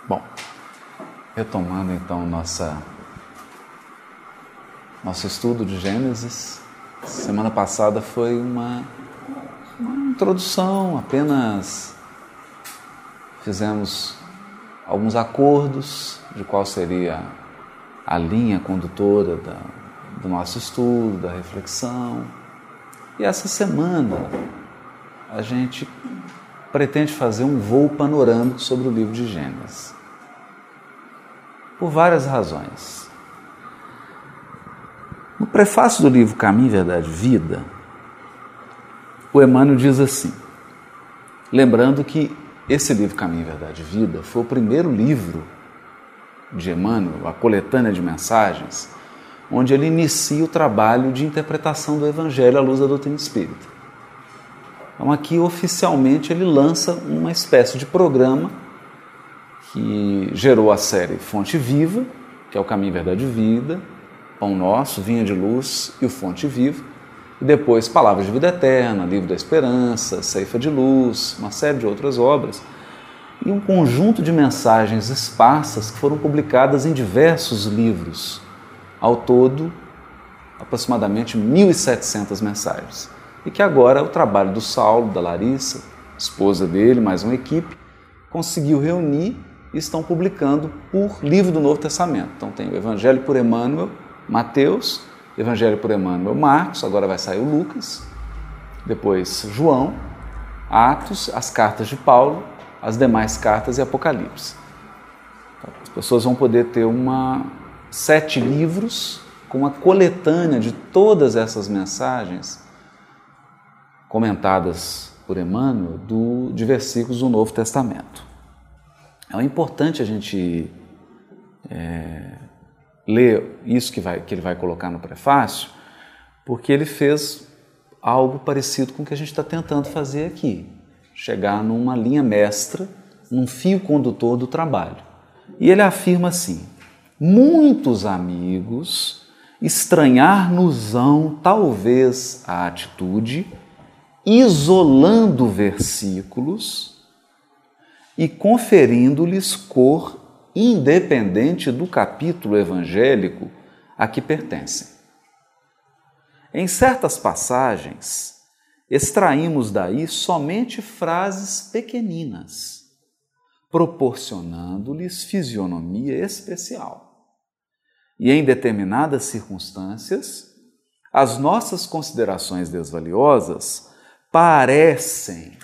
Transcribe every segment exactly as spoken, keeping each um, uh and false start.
Bom, retomando então nossa, nosso estudo de Gênesis, semana passada foi uma, uma introdução, apenas fizemos alguns acordos de qual seria a linha condutora da, do nosso estudo, da reflexão. E essa semana a gente pretende fazer um voo panorâmico sobre o livro de Gênesis. Por várias razões. No prefácio do livro Caminho, Verdade e Vida, o Emmanuel diz assim, lembrando que esse livro Caminho, Verdade e Vida foi o primeiro livro de Emmanuel, a coletânea de mensagens, onde ele inicia o trabalho de interpretação do Evangelho à luz da doutrina espírita. Então aqui oficialmente ele lança uma espécie de programa que gerou a série Fonte Viva, que é o Caminho, Verdade e Vida, Pão Nosso, Vinha de Luz e o Fonte Viva, e depois Palavras de Vida Eterna, Livro da Esperança, Ceifa de Luz, uma série de outras obras, e um conjunto de mensagens esparsas que foram publicadas em diversos livros, ao todo aproximadamente mil e setecentas mensagens. E que agora o trabalho do Saulo, da Larissa, esposa dele, mais uma equipe, conseguiu reunir e estão publicando por livro do Novo Testamento. Então tem o Evangelho por Emmanuel, Mateus, Evangelho por Emmanuel, Marcos, agora vai sair o Lucas, depois João, Atos, as cartas de Paulo, as demais cartas e Apocalipse. Então, as pessoas vão poder ter uma, sete livros com uma coletânea de todas essas mensagens comentadas por Emmanuel do, de versículos do Novo Testamento. É importante a gente é, ler isso que, vai, que ele vai colocar no prefácio, porque ele fez algo parecido com o que a gente está tentando fazer aqui, chegar numa linha mestra, num fio condutor do trabalho. E ele afirma assim, muitos amigos estranhar-nos-ão talvez a atitude, isolando versículos e conferindo-lhes cor independente do capítulo evangélico a que pertencem. Em certas passagens, extraímos daí somente frases pequeninas, proporcionando-lhes fisionomia especial. E em determinadas circunstâncias, as nossas considerações desvaliosas parecem,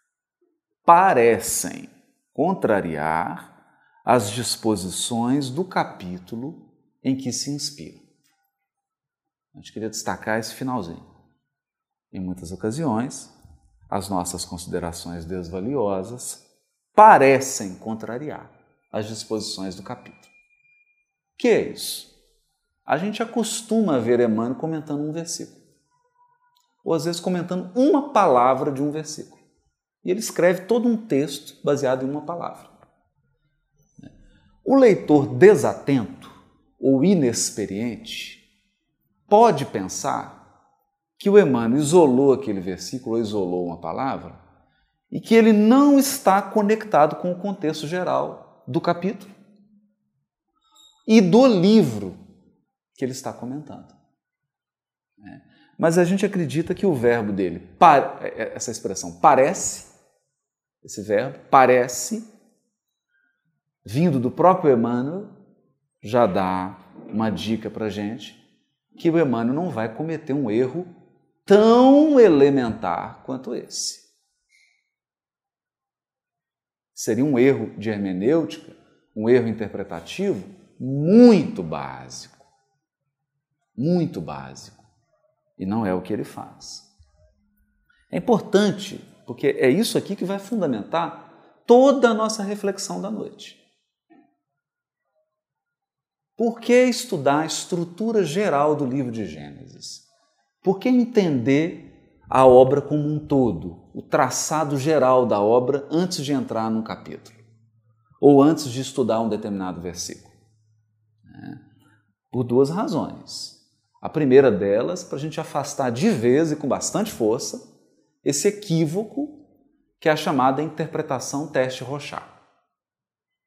parecem contrariar as disposições do capítulo em que se inspira. A gente queria destacar esse finalzinho. Em muitas ocasiões, as nossas considerações desvaliosas parecem contrariar as disposições do capítulo. O que é isso? A gente acostuma ver Emmanuel comentando um versículo, ou às vezes comentando uma palavra de um versículo. E ele escreve todo um texto baseado em uma palavra. O leitor desatento ou inexperiente pode pensar que o Emmanuel isolou aquele versículo ou isolou uma palavra e que ele não está conectado com o contexto geral do capítulo e do livro que ele está comentando. Mas a gente acredita que o verbo dele, essa expressão parece, esse verbo parece, vindo do próprio Emmanuel, já dá uma dica para a gente que o Emmanuel não vai cometer um erro tão elementar quanto esse. Seria um erro de hermenêutica, um erro interpretativo muito básico, muito básico, e não é o que ele faz. É importante, porque é isso aqui que vai fundamentar toda a nossa reflexão da noite. Por que estudar a estrutura geral do livro de Gênesis? Por que entender a obra como um todo, o traçado geral da obra antes de entrar num capítulo? Ou antes de estudar um determinado versículo? É, por duas razões. A primeira delas, para a gente afastar de vez e com bastante força esse equívoco que é a chamada interpretação teste Rorschach. As pessoas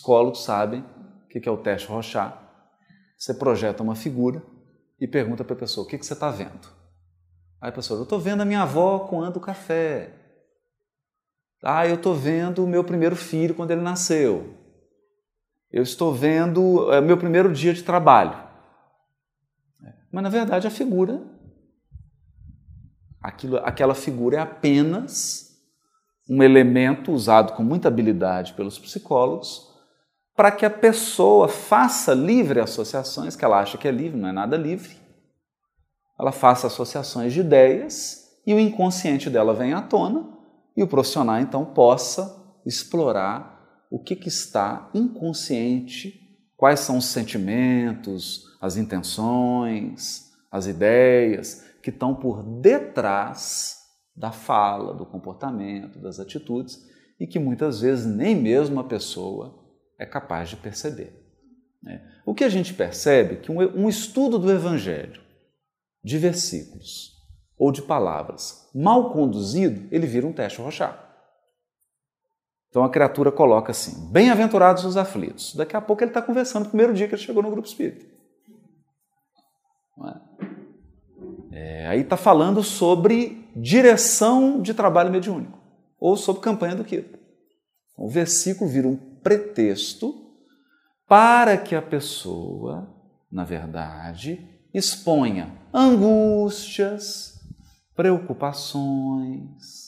psicólogos sabem o que é o teste Rorschach. Você projeta uma figura e pergunta para a pessoa, o que você está vendo? Aí a pessoa, eu estou vendo a minha avó coando café. Ah, eu estou vendo o meu primeiro filho quando ele nasceu. Eu estou vendo o meu primeiro dia de trabalho. Mas, na verdade, a figura, aquilo, aquela figura é apenas um elemento usado com muita habilidade pelos psicólogos para que a pessoa faça livre associações, que ela acha que é livre, não é nada livre. Ela faça associações de ideias e o inconsciente dela venha à tona e o profissional, então, possa explorar o que, que está inconsciente, quais são os sentimentos, as intenções, as ideias que estão por detrás da fala, do comportamento, das atitudes e que muitas vezes nem mesmo a pessoa é capaz de perceber. O que a gente percebe é que um estudo do Evangelho, de versículos ou de palavras, mal conduzido, ele vira um teste Rorschach. Então a criatura coloca assim, bem-aventurados os aflitos. Daqui a pouco ele está conversando no primeiro dia que ele chegou no grupo espírita. Não é? É, aí está falando sobre direção de trabalho mediúnico, ou sobre campanha do Quito. Então, o versículo vira um pretexto para que a pessoa, na verdade, exponha angústias, preocupações,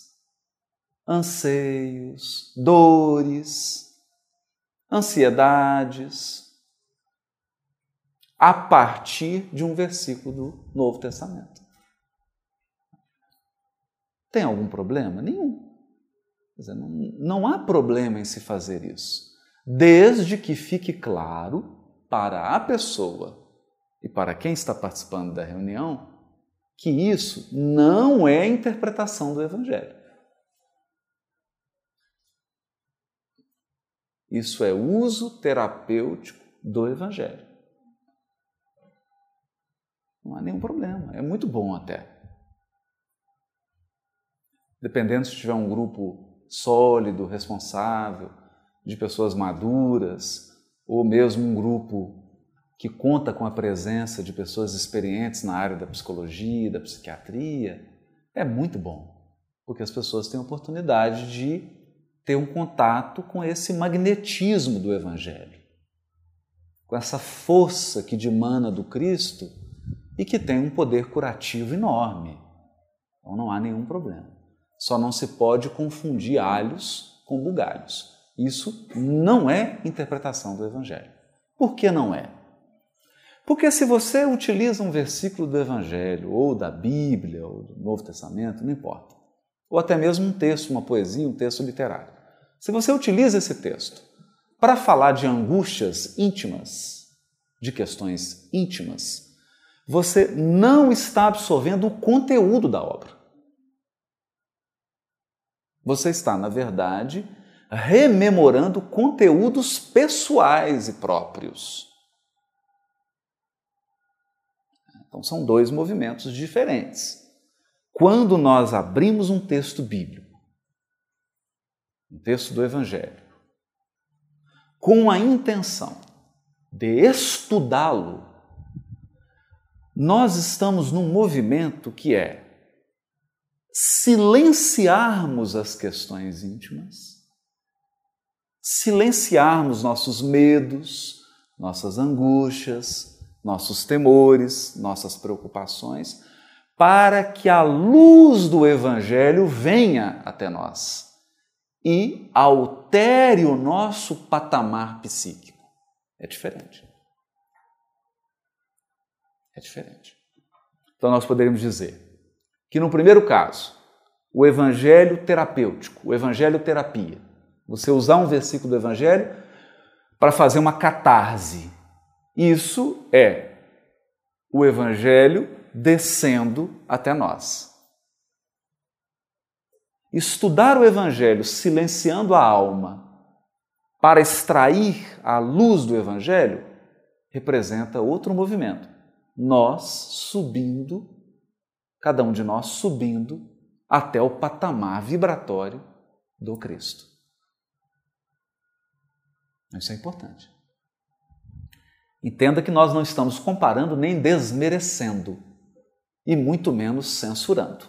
anseios, dores, ansiedades, a partir de um versículo do Novo Testamento. Tem algum problema? Nenhum. Quer dizer, não, não há problema em se fazer isso, desde que fique claro para a pessoa e para quem está participando da reunião que isso não é interpretação do Evangelho. Isso é uso terapêutico do Evangelho. Não há nenhum problema, é muito bom até. Dependendo se tiver um grupo sólido, responsável, de pessoas maduras, ou mesmo um grupo que conta com a presença de pessoas experientes na área da psicologia, da psiquiatria, é muito bom, porque as pessoas têm a oportunidade de ter um contato com esse magnetismo do Evangelho, com essa força que dimana do Cristo e que tem um poder curativo enorme. Então não há nenhum problema. Só não se pode confundir alhos com bugalhos. Isso não é interpretação do Evangelho. Por que não é? Porque se você utiliza um versículo do Evangelho, ou da Bíblia, ou do Novo Testamento, não importa, ou até mesmo um texto, uma poesia, um texto literário, se você utiliza esse texto para falar de angústias íntimas, de questões íntimas, você não está absorvendo o conteúdo da obra. Você está, na verdade, rememorando conteúdos pessoais e próprios. Então, são dois movimentos diferentes. Quando nós abrimos um texto bíblico, um texto do Evangelho, com a intenção de estudá-lo, nós estamos num movimento que é silenciarmos as questões íntimas, silenciarmos nossos medos, nossas angústias, nossos temores, nossas preocupações, para que a luz do Evangelho venha até nós e altere o nosso patamar psíquico. É diferente. É diferente. Então nós poderíamos dizer que no primeiro caso, o Evangelho terapêutico, o Evangelho terapia, você usar um versículo do Evangelho para fazer uma catarse. Isso é o Evangelho descendo até nós. Estudar o Evangelho silenciando a alma para extrair a luz do Evangelho representa outro movimento. Nós subindo, cada um de nós subindo até o patamar vibratório do Cristo. Isso é importante. Entenda que nós não estamos comparando nem desmerecendo, e muito menos censurando.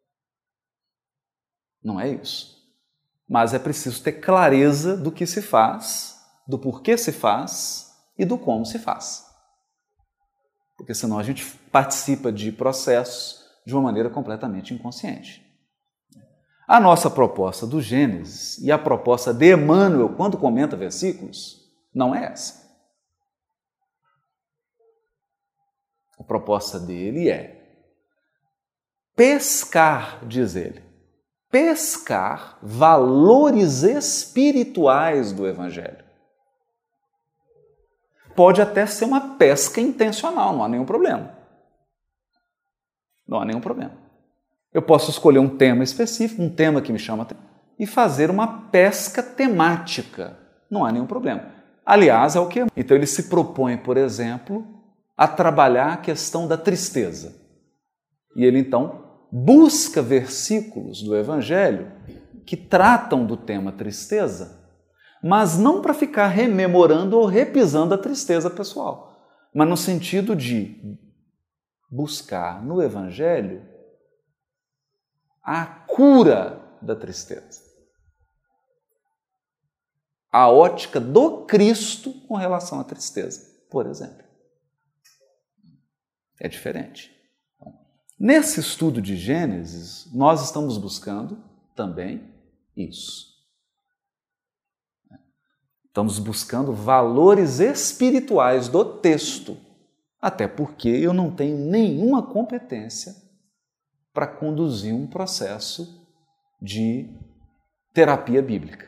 Não é isso. Mas é preciso ter clareza do que se faz, do porquê se faz e do como se faz. Porque senão a gente participa de processos de uma maneira completamente inconsciente. A nossa proposta do Gênesis e a proposta de Emmanuel, quando comenta versículos, não é essa. A proposta dele é pescar, diz ele, pescar valores espirituais do Evangelho. Pode até ser uma pesca intencional, não há nenhum problema. Não há nenhum problema. Eu posso escolher um tema específico, um tema que me chama a atenção, e fazer uma pesca temática. Não há nenhum problema. Aliás, é o que... Então ele se propõe, por exemplo, a trabalhar a questão da tristeza. E ele, então, busca versículos do Evangelho que tratam do tema tristeza, mas não para ficar rememorando ou repisando a tristeza pessoal, mas no sentido de buscar no Evangelho a cura da tristeza. A ótica do Cristo com relação à tristeza, por exemplo. É diferente. Nesse estudo de Gênesis, nós estamos buscando também isso. Estamos buscando valores espirituais do texto, até porque eu não tenho nenhuma competência para conduzir um processo de terapia bíblica.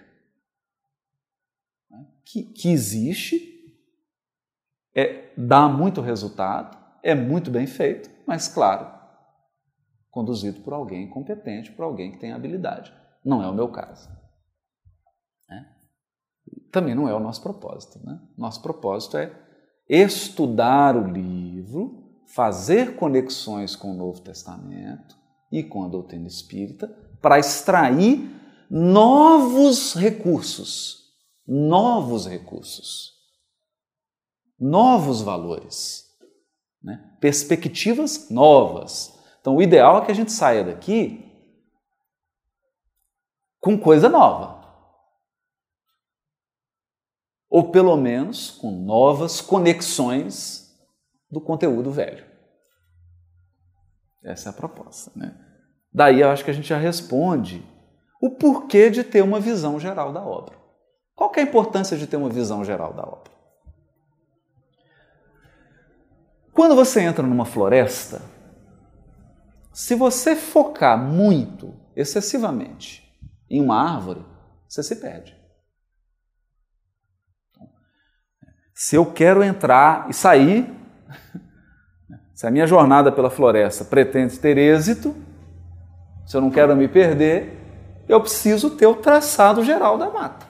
Que, que existe, é, dá muito resultado, é muito bem feito, mas, claro, conduzido por alguém competente, por alguém que tem habilidade. Não é o meu caso. Né? Também não é o nosso propósito. Né? Nosso propósito é estudar o livro, fazer conexões com o Novo Testamento e com a doutrina espírita para extrair novos recursos, novos recursos, novos valores, né? Perspectivas novas. Então, o ideal é que a gente saia daqui com coisa nova. Ou, pelo menos, com novas conexões do conteúdo velho. Essa é a proposta. Né? Daí, eu acho que a gente já responde o porquê de ter uma visão geral da obra. Qual que é a importância de ter uma visão geral da obra? Quando você entra numa floresta, se você focar muito, excessivamente, em uma árvore, você se perde. Se eu quero entrar e sair, se a minha jornada pela floresta pretende ter êxito, se eu não quero me perder, eu preciso ter o traçado geral da mata.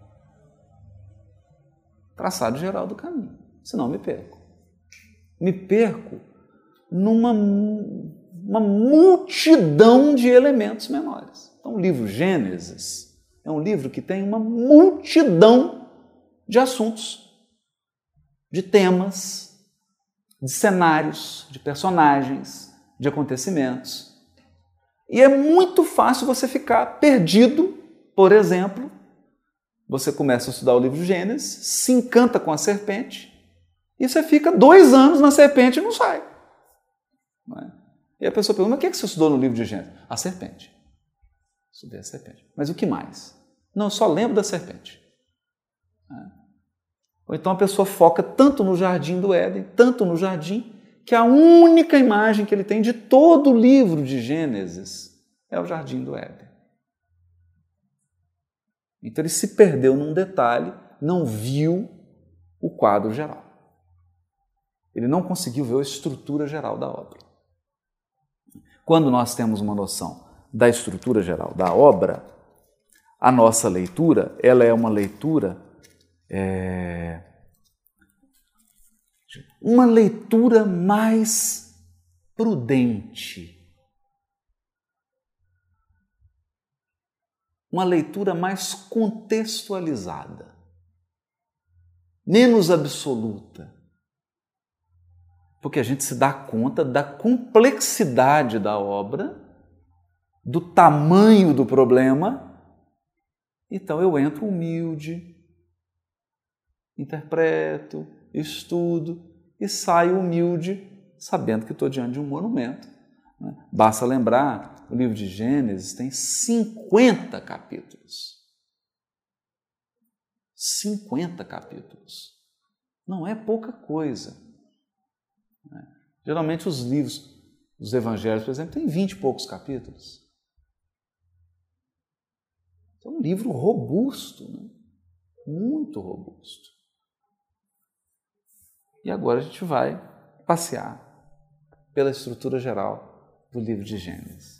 Traçado geral do caminho, senão me perco. Me perco numa uma multidão de elementos menores. Então, o livro Gênesis é um livro que tem uma multidão de assuntos, de temas, de cenários, de personagens, de acontecimentos. E é muito fácil você ficar perdido, por exemplo, você começa a estudar o livro Gênesis, se encanta com a serpente, e você fica dois anos na serpente e não sai. Não é? E a pessoa pergunta, mas o que, é que você estudou no livro de Gênesis? A serpente. Estudei a serpente. Mas o que mais? Não, eu só lembro da serpente. É. Ou então a pessoa foca tanto no jardim do Éden, tanto no jardim, que a única imagem que ele tem de todo o livro de Gênesis é o jardim do Éden. Então ele se perdeu num detalhe, não viu o quadro geral. Ele não conseguiu ver a estrutura geral da obra. Quando nós temos uma noção da estrutura geral da obra, a nossa leitura, ela é uma leitura, é, uma leitura mais prudente, uma leitura mais contextualizada. menos absoluta. Porque a gente se dá conta da complexidade da obra, do tamanho do problema. Então eu entro humilde, interpreto, estudo e saio humilde, sabendo que estou diante de um monumento. Basta lembrar, o livro de Gênesis tem cinquenta capítulos. cinquenta capítulos. Não é pouca coisa. Geralmente os livros, os evangelhos, por exemplo, têm vinte e poucos capítulos. É um livro robusto, né? Muito robusto. E agora a gente vai passear pela estrutura geral do livro de Gênesis.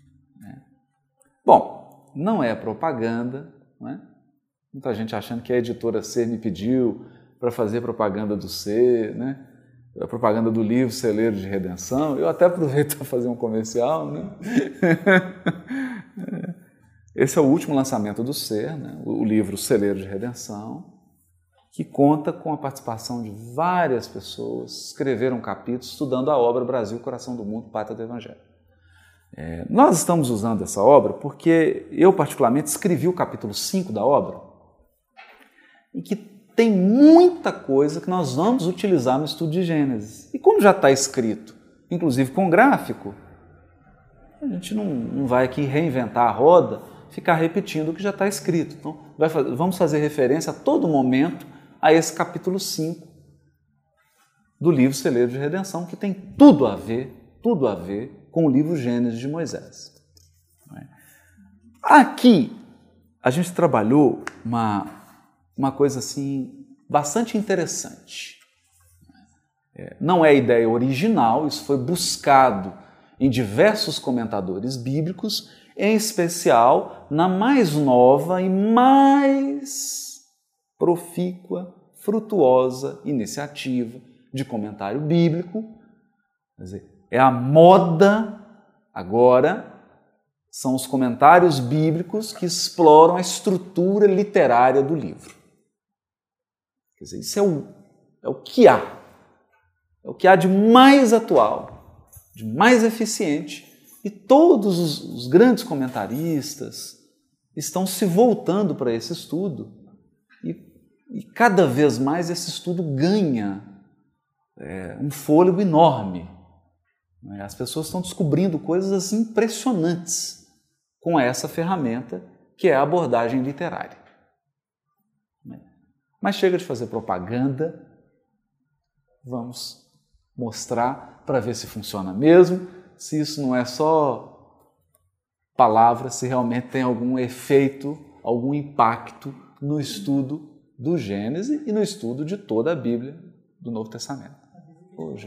Bom, não é propaganda, não é? Muita gente achando que a editora Ser me pediu para fazer propaganda do Ser, né? A propaganda do livro Celeiro de Redenção. Eu até aproveito para fazer um comercial, né? Esse é o último lançamento do Ser, né? O livro Celeiro de Redenção, que conta com a participação de várias pessoas que escreveram capítulos estudando a obra Brasil, Coração do Mundo, Pátria do Evangelho. É, nós estamos usando essa obra porque eu, particularmente, escrevi o capítulo cinco da obra e que tem muita coisa que nós vamos utilizar no estudo de Gênesis. E como já está escrito, inclusive com gráfico, a gente não, não vai aqui reinventar a roda, ficar repetindo o que já está escrito. Então, vai fazer, vamos fazer referência a todo momento a esse capítulo cinco do livro Celeiro de Redenção, que tem tudo a ver, tudo a ver com o livro Gênesis de Moisés. Aqui, a gente trabalhou uma... uma coisa assim bastante interessante. Não é ideia original, isso foi buscado em diversos comentadores bíblicos, em especial na mais nova e mais profícua, frutuosa iniciativa de comentário bíblico. Quer dizer, é a moda agora, são os comentários bíblicos que exploram a estrutura literária do livro. Quer dizer, isso é o, é o que há. É o que há de mais atual, de mais eficiente, e todos os, os grandes comentaristas estão se voltando para esse estudo e, e cada vez mais esse estudo ganha é, um fôlego enorme. As pessoas estão descobrindo coisas impressionantes com essa ferramenta que é a abordagem literária. Mas chega de fazer propaganda, vamos mostrar para ver se funciona mesmo, se isso não é só palavra, se realmente tem algum efeito, algum impacto no estudo do Gênesis e no estudo de toda a Bíblia do Novo Testamento. Hoje.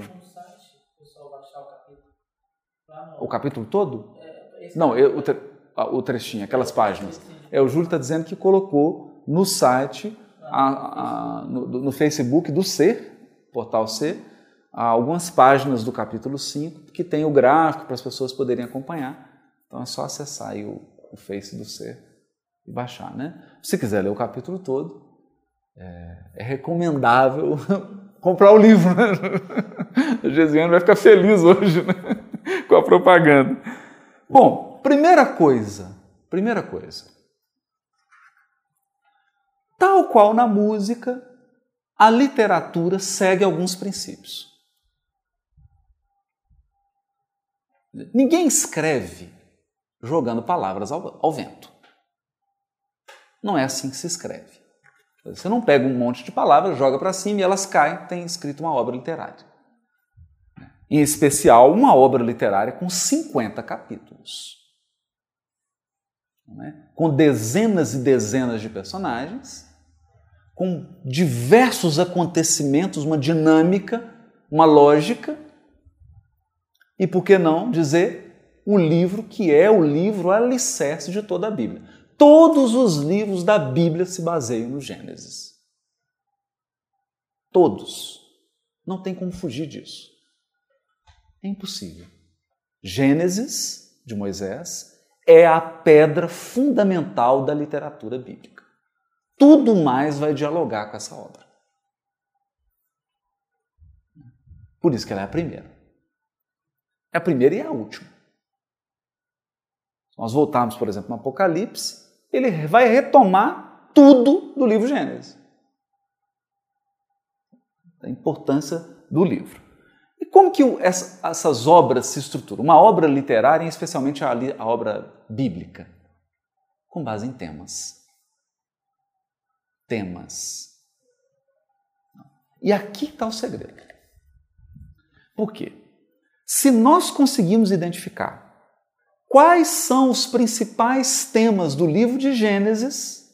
O capítulo todo? Não, eu, o, tre, o trechinho, aquelas páginas. É, o Júlio está dizendo que colocou no site, a, a, no, no Facebook do Ser, portal Ser, algumas páginas do capítulo cinco que tem o gráfico para as pessoas poderem acompanhar. Então é só acessar aí o, o Face do Ser e baixar, né? Se quiser ler o capítulo todo, é, é recomendável comprar o livro, né? A Gesiane vai ficar feliz hoje, né? Com a propaganda. Bom, primeira coisa, primeira coisa. Tal qual na música, a literatura segue alguns princípios. Ninguém escreve jogando palavras ao, ao vento. Não é assim que se escreve. Você não pega um monte de palavras, joga para cima e elas caem, tem escrito uma obra literária. Em especial, uma obra literária com cinquenta capítulos. Não é? Com dezenas e dezenas de personagens, com diversos acontecimentos, uma dinâmica, uma lógica, e por que não dizer o livro que é o livro alicerce de toda a Bíblia. Todos os livros da Bíblia se baseiam no Gênesis. Todos. Não tem como fugir disso. É impossível. Gênesis, de Moisés, é a pedra fundamental da literatura bíblica. Tudo mais vai dialogar com essa obra. Por isso que ela é a primeira. É a primeira e é a última. Se nós voltarmos, por exemplo, no Apocalipse, ele vai retomar tudo do livro Gênesis. A importância do livro. E como que essa, essas obras se estruturam? Uma obra literária, e especialmente a, a obra bíblica, com base em temas. Temas. E aqui está o segredo. Por quê? Se nós conseguimos identificar quais são os principais temas do livro de Gênesis,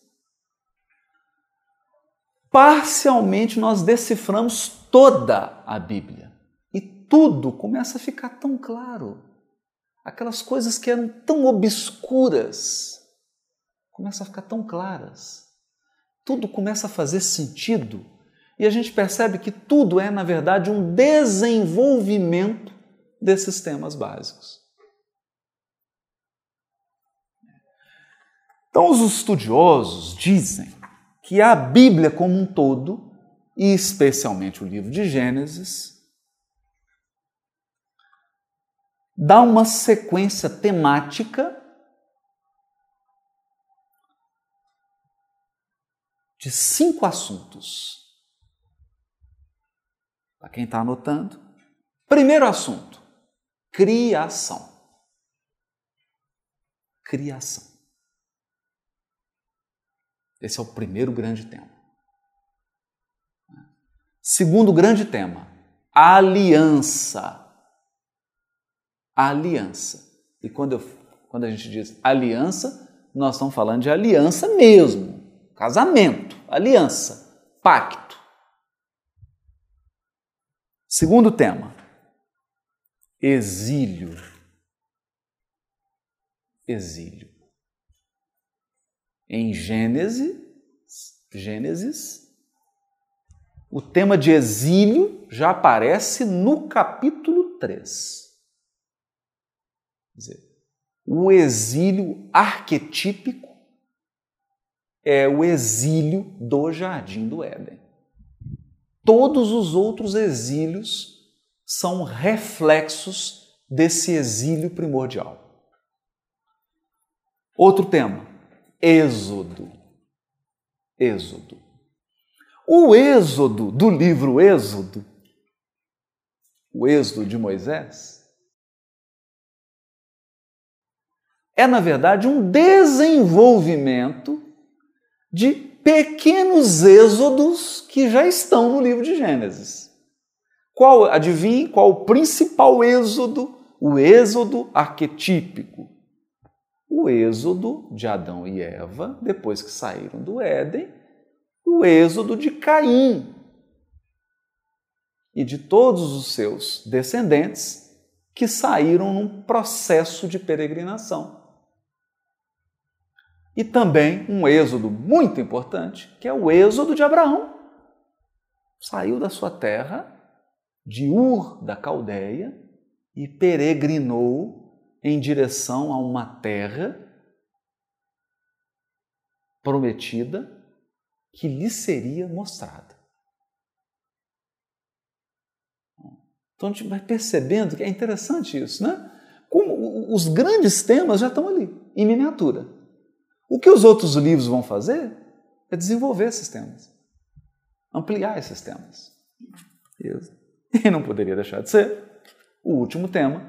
parcialmente nós deciframos toda a Bíblia. E tudo começa a ficar tão claro. Aquelas coisas que eram tão obscuras começam a ficar tão claras. Tudo começa a fazer sentido. E a gente percebe que tudo é, na verdade, um desenvolvimento desses temas básicos. Então, os estudiosos dizem que a Bíblia como um todo, e especialmente o livro de Gênesis, dá uma sequência temática de cinco assuntos. Para quem está anotando. Primeiro assunto, criação. Criação. Esse é o primeiro grande tema. Segundo grande tema, aliança. Aliança. E quando, eu, quando a gente diz aliança, nós estamos falando de aliança mesmo. Casamento, aliança, pacto. Segundo tema, exílio. Exílio. Em Gênesis, Gênesis, o tema de exílio já aparece no capítulo três. Quer dizer, o exílio arquetípico é o exílio do Jardim do Éden. Todos os outros exílios são reflexos desse exílio primordial. Outro tema, Êxodo. Êxodo. O Êxodo do livro Êxodo, o Êxodo de Moisés, é, na verdade, um desenvolvimento de pequenos êxodos que já estão no livro de Gênesis. Qual, adivinhe, qual o principal êxodo? O êxodo arquetípico. O êxodo de Adão e Eva, depois que saíram do Éden, o êxodo de Caim e de todos os seus descendentes que saíram num processo de peregrinação. E também um êxodo muito importante, que é o êxodo de Abraão. Saiu da sua terra, de Ur da Caldeia, e peregrinou em direção a uma terra prometida que lhe seria mostrada. Então a gente vai percebendo que é interessante isso, né? Como os grandes temas já estão ali, em miniatura. O que os outros livros vão fazer é desenvolver esses temas, ampliar esses temas. E não poderia deixar de ser o último tema,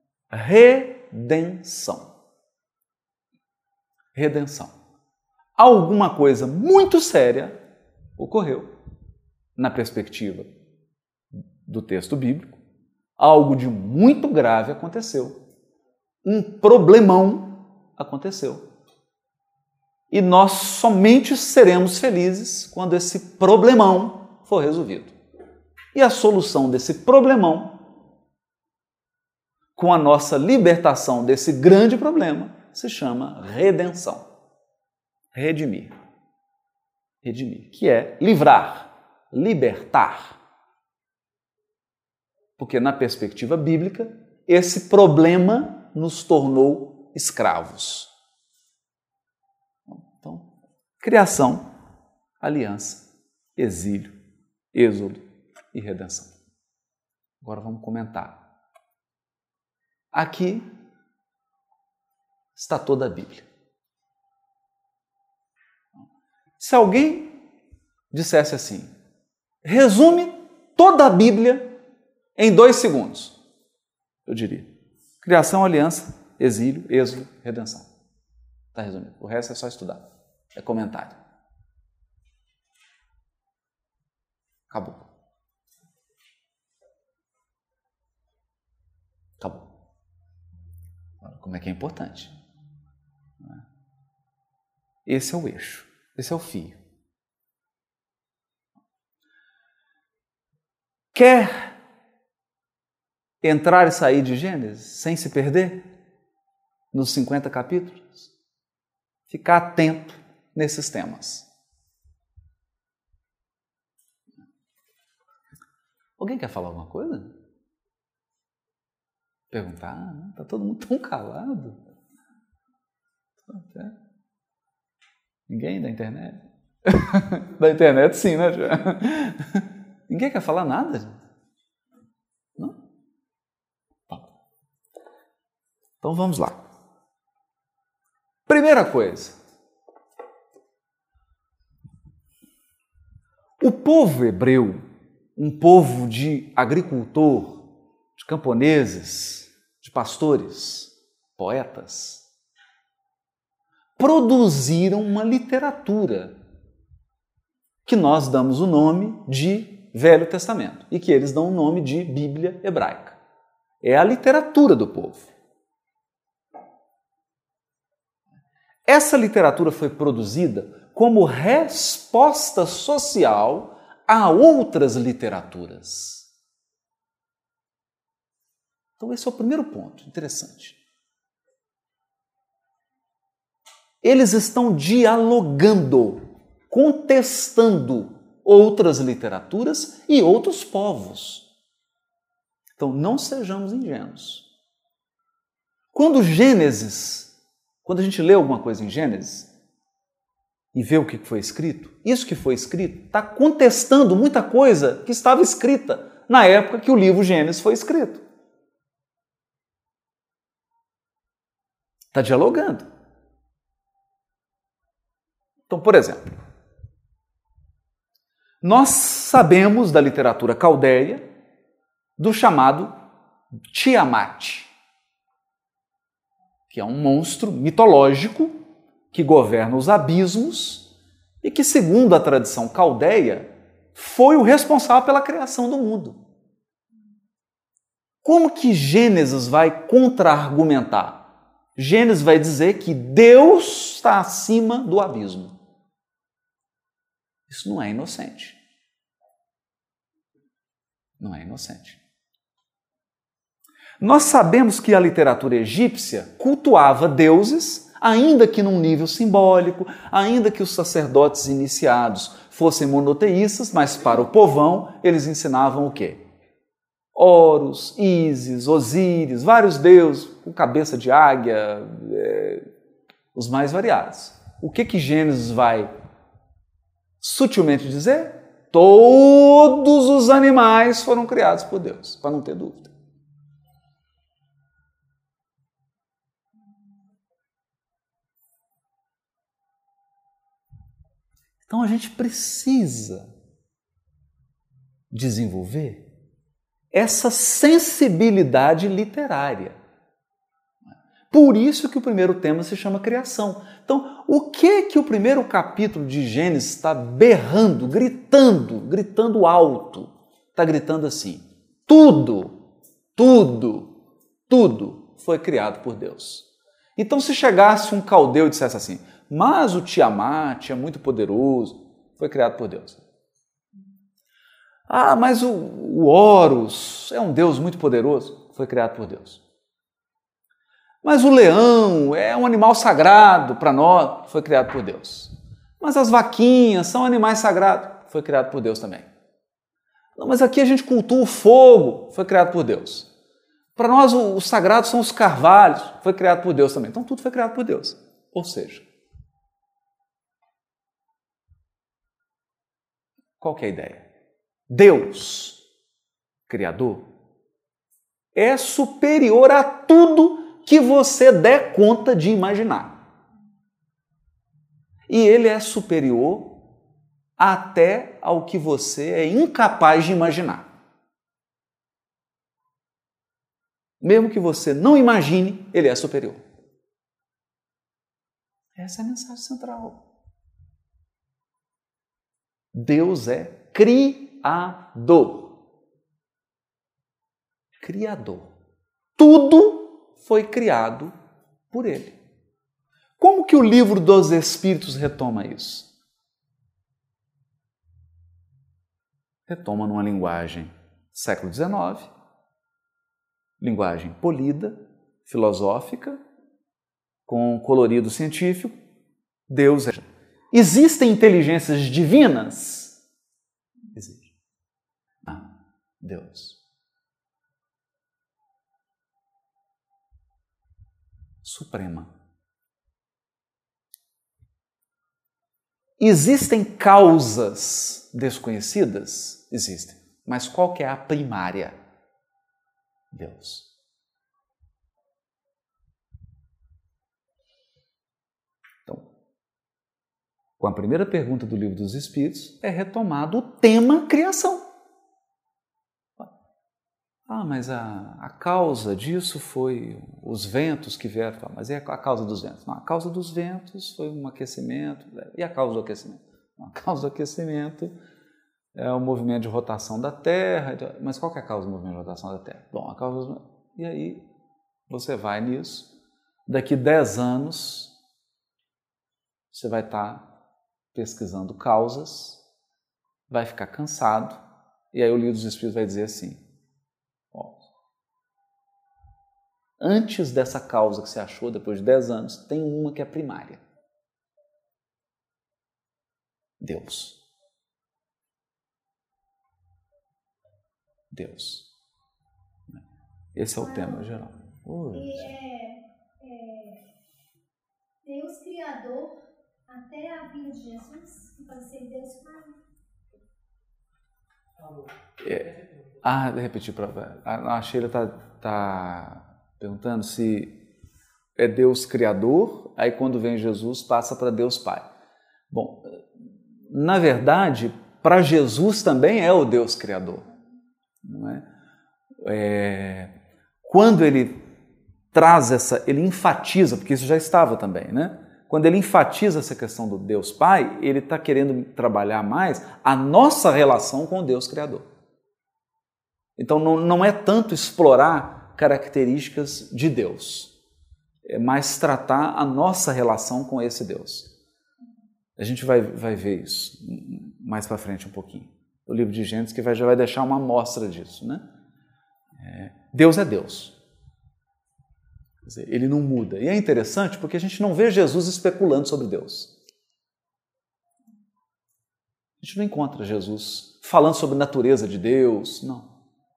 redenção. Redenção. Alguma coisa muito séria ocorreu na perspectiva do texto bíblico. Algo de muito grave aconteceu. Um problemão aconteceu. E nós somente seremos felizes quando esse problemão for resolvido. E a solução desse problemão, com a nossa libertação desse grande problema, se chama redenção. Redimir. Redimir, que é livrar, libertar. Porque na perspectiva bíblica, esse problema nos tornou escravos. Então, criação, aliança, exílio, êxodo e redenção. Agora vamos comentar. Aqui está toda a Bíblia. Se alguém dissesse assim, resume toda a Bíblia em dois segundos, eu diria, criação, aliança, exílio, êxodo, redenção. Está resumido. O resto é só estudar. É comentário. Acabou. Acabou. Olha como é que é importante. Esse é o eixo. Esse é o fio. Quer entrar e sair de Gênesis sem se perder nos cinquenta capítulos? Ficar atento nesses temas. Alguém quer falar alguma coisa? Perguntar? Está todo mundo tão calado. Ninguém da internet? Da internet sim, né? Ninguém quer falar nada? Não? Então vamos lá. Primeira coisa. O povo hebreu, um povo de agricultor, de camponeses, de pastores, poetas, produziram uma literatura que nós damos o nome de Velho Testamento e que eles dão o nome de Bíblia hebraica. É a literatura do povo. Essa literatura foi produzida como resposta social a outras literaturas. Então esse é o primeiro ponto interessante. Eles estão dialogando, contestando outras literaturas e outros povos. Então, não sejamos ingênuos. Quando Gênesis, quando a gente lê alguma coisa em Gênesis e vê o que foi escrito, isso que foi escrito está contestando muita coisa que estava escrita na época que o livro Gênesis foi escrito. Está dialogando. Então, por exemplo, nós sabemos da literatura caldeia do chamado Tiamat, que é um monstro mitológico que governa os abismos e que, segundo a tradição caldeia, foi o responsável pela criação do mundo. Como que Gênesis vai contra-argumentar? Gênesis vai dizer que Deus está acima do abismo. Isso não é inocente. Não é inocente. Nós sabemos que a literatura egípcia cultuava deuses, ainda que num nível simbólico, ainda que os sacerdotes iniciados fossem monoteístas, mas para o povão eles ensinavam o quê? Horus, Ísis, Osíris, vários deuses, com cabeça de águia, é, os mais variados. O que que Gênesis vai sutilmente dizer? Todos os animais foram criados por Deus, para não ter dúvida. Então a gente precisa desenvolver essa sensibilidade literária. Por isso que o primeiro tema se chama criação. Então, o que que o primeiro capítulo de Gênesis está berrando, gritando, gritando alto? Está gritando assim: tudo, tudo, tudo foi criado por Deus. Então, se chegasse um caldeu e dissesse assim, mas o Tiamat é muito poderoso, foi criado por Deus. Ah, mas o, o Horus é um Deus muito poderoso, foi criado por Deus. Mas o leão é um animal sagrado para nós, foi criado por Deus. Mas as vaquinhas são animais sagrados, foi criado por Deus também. Não, mas aqui a gente cultua o fogo, foi criado por Deus. Para nós os sagrados são os carvalhos, foi criado por Deus também. Então tudo foi criado por Deus. Ou seja, qual que é a ideia? Deus, Criador, é superior a tudo que você der conta de imaginar. E ele é superior até ao que você é incapaz de imaginar. Mesmo que você não imagine, ele é superior. Essa é a mensagem central. Deus é criador. Criador. Tudo foi criado por ele. Como que o livro dos Espíritos retoma isso? Retoma numa linguagem século dezenove, linguagem polida, filosófica, com colorido científico. Deus é. Existem inteligências divinas? Existe. Ah, Deus. Suprema. Existem causas desconhecidas? Existem. Mas qual que é a primária? Deus. Então, com a primeira pergunta do Livro dos Espíritos, é retomado o tema criação. Ah, mas a, a causa disso foi os ventos que vieram. Mas e a, a causa dos ventos? Não, a causa dos ventos foi um aquecimento. E a causa do aquecimento? Não, a causa do aquecimento é o movimento de rotação da Terra. Mas qual que é a causa do movimento de rotação da Terra? Bom, a causa... E aí você vai nisso. Daqui dez anos, você vai estar pesquisando causas, vai ficar cansado, e aí o Livro dos Espíritos vai dizer assim: antes dessa causa que você achou, depois de dez anos, tem uma que é primária. Deus. Deus. Esse é o tema geral. Oh, e é, é, Deus Criador até a vinda de Jesus, que pode ser Deus Pai. É, ah, repetir para a Sheila está tá perguntando se é Deus Criador, aí quando vem Jesus passa para Deus Pai. Bom, na verdade, para Jesus também é o Deus Criador. Não é? É, quando ele traz essa, ele enfatiza, porque isso já estava também, né? Quando ele enfatiza essa questão do Deus Pai, ele está querendo trabalhar mais a nossa relação com o Deus Criador. Então não, não é tanto explorar características de Deus, é mais tratar a nossa relação com esse Deus. A gente vai, vai ver isso mais para frente um pouquinho. O livro de Gênesis que vai, já vai deixar uma amostra disso, né? É, Deus é Deus. Quer dizer, ele não muda. E é interessante porque a gente não vê Jesus especulando sobre Deus. A gente não encontra Jesus falando sobre a natureza de Deus, não.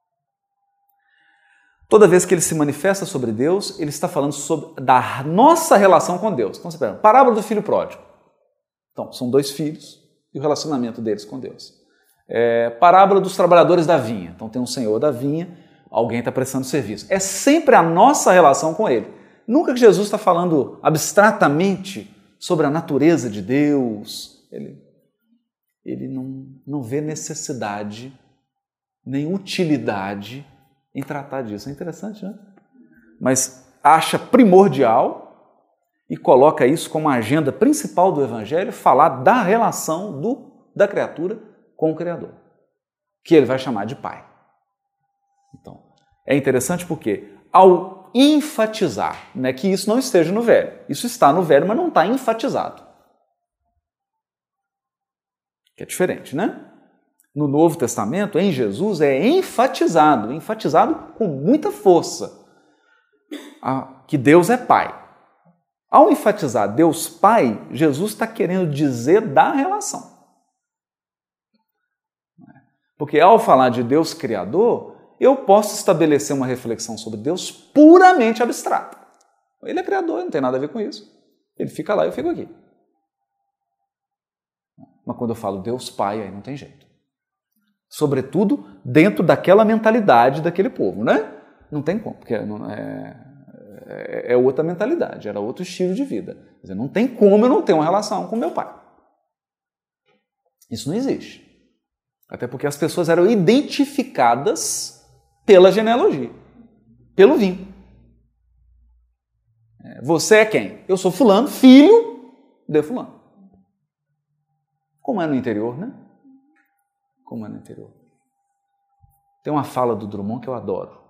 Toda vez que ele se manifesta sobre Deus, ele está falando sobre da nossa relação com Deus. Então, você pega, parábola do filho pródigo. Então, são dois filhos e o relacionamento deles com Deus. É, parábola dos trabalhadores da vinha. Então, tem um senhor da vinha, alguém está prestando serviço. É sempre a nossa relação com ele. Nunca que Jesus está falando abstratamente sobre a natureza de Deus. Ele, ele não, não vê necessidade nem utilidade em tratar disso. É interessante, né? Mas acha primordial e coloca isso como a agenda principal do Evangelho, falar da relação do, da criatura com o Criador, que ele vai chamar de Pai. Então, é interessante porque, ao enfatizar, né, que isso não esteja no Velho, isso está no Velho, mas não está enfatizado. Que é diferente, né? No Novo Testamento, em Jesus, é enfatizado, enfatizado com muita força, que Deus é Pai. Ao enfatizar Deus Pai, Jesus está querendo dizer da relação. Porque ao falar de Deus Criador, eu posso estabelecer uma reflexão sobre Deus puramente abstrata. Ele é Criador, não tem nada a ver com isso. Ele fica lá e eu fico aqui. Mas quando eu falo Deus Pai, aí não tem jeito. Sobretudo dentro daquela mentalidade daquele povo, né? Não tem como, porque não é, é, é outra mentalidade, era outro estilo de vida. Quer dizer, não tem como eu não ter uma relação com meu pai. Isso não existe. Até porque as pessoas eram identificadas pela genealogia, pelo vínculo. Você é quem? Eu sou fulano, filho de fulano. Como é no interior, né? Como é no interior. Tem uma fala do Drummond que eu adoro.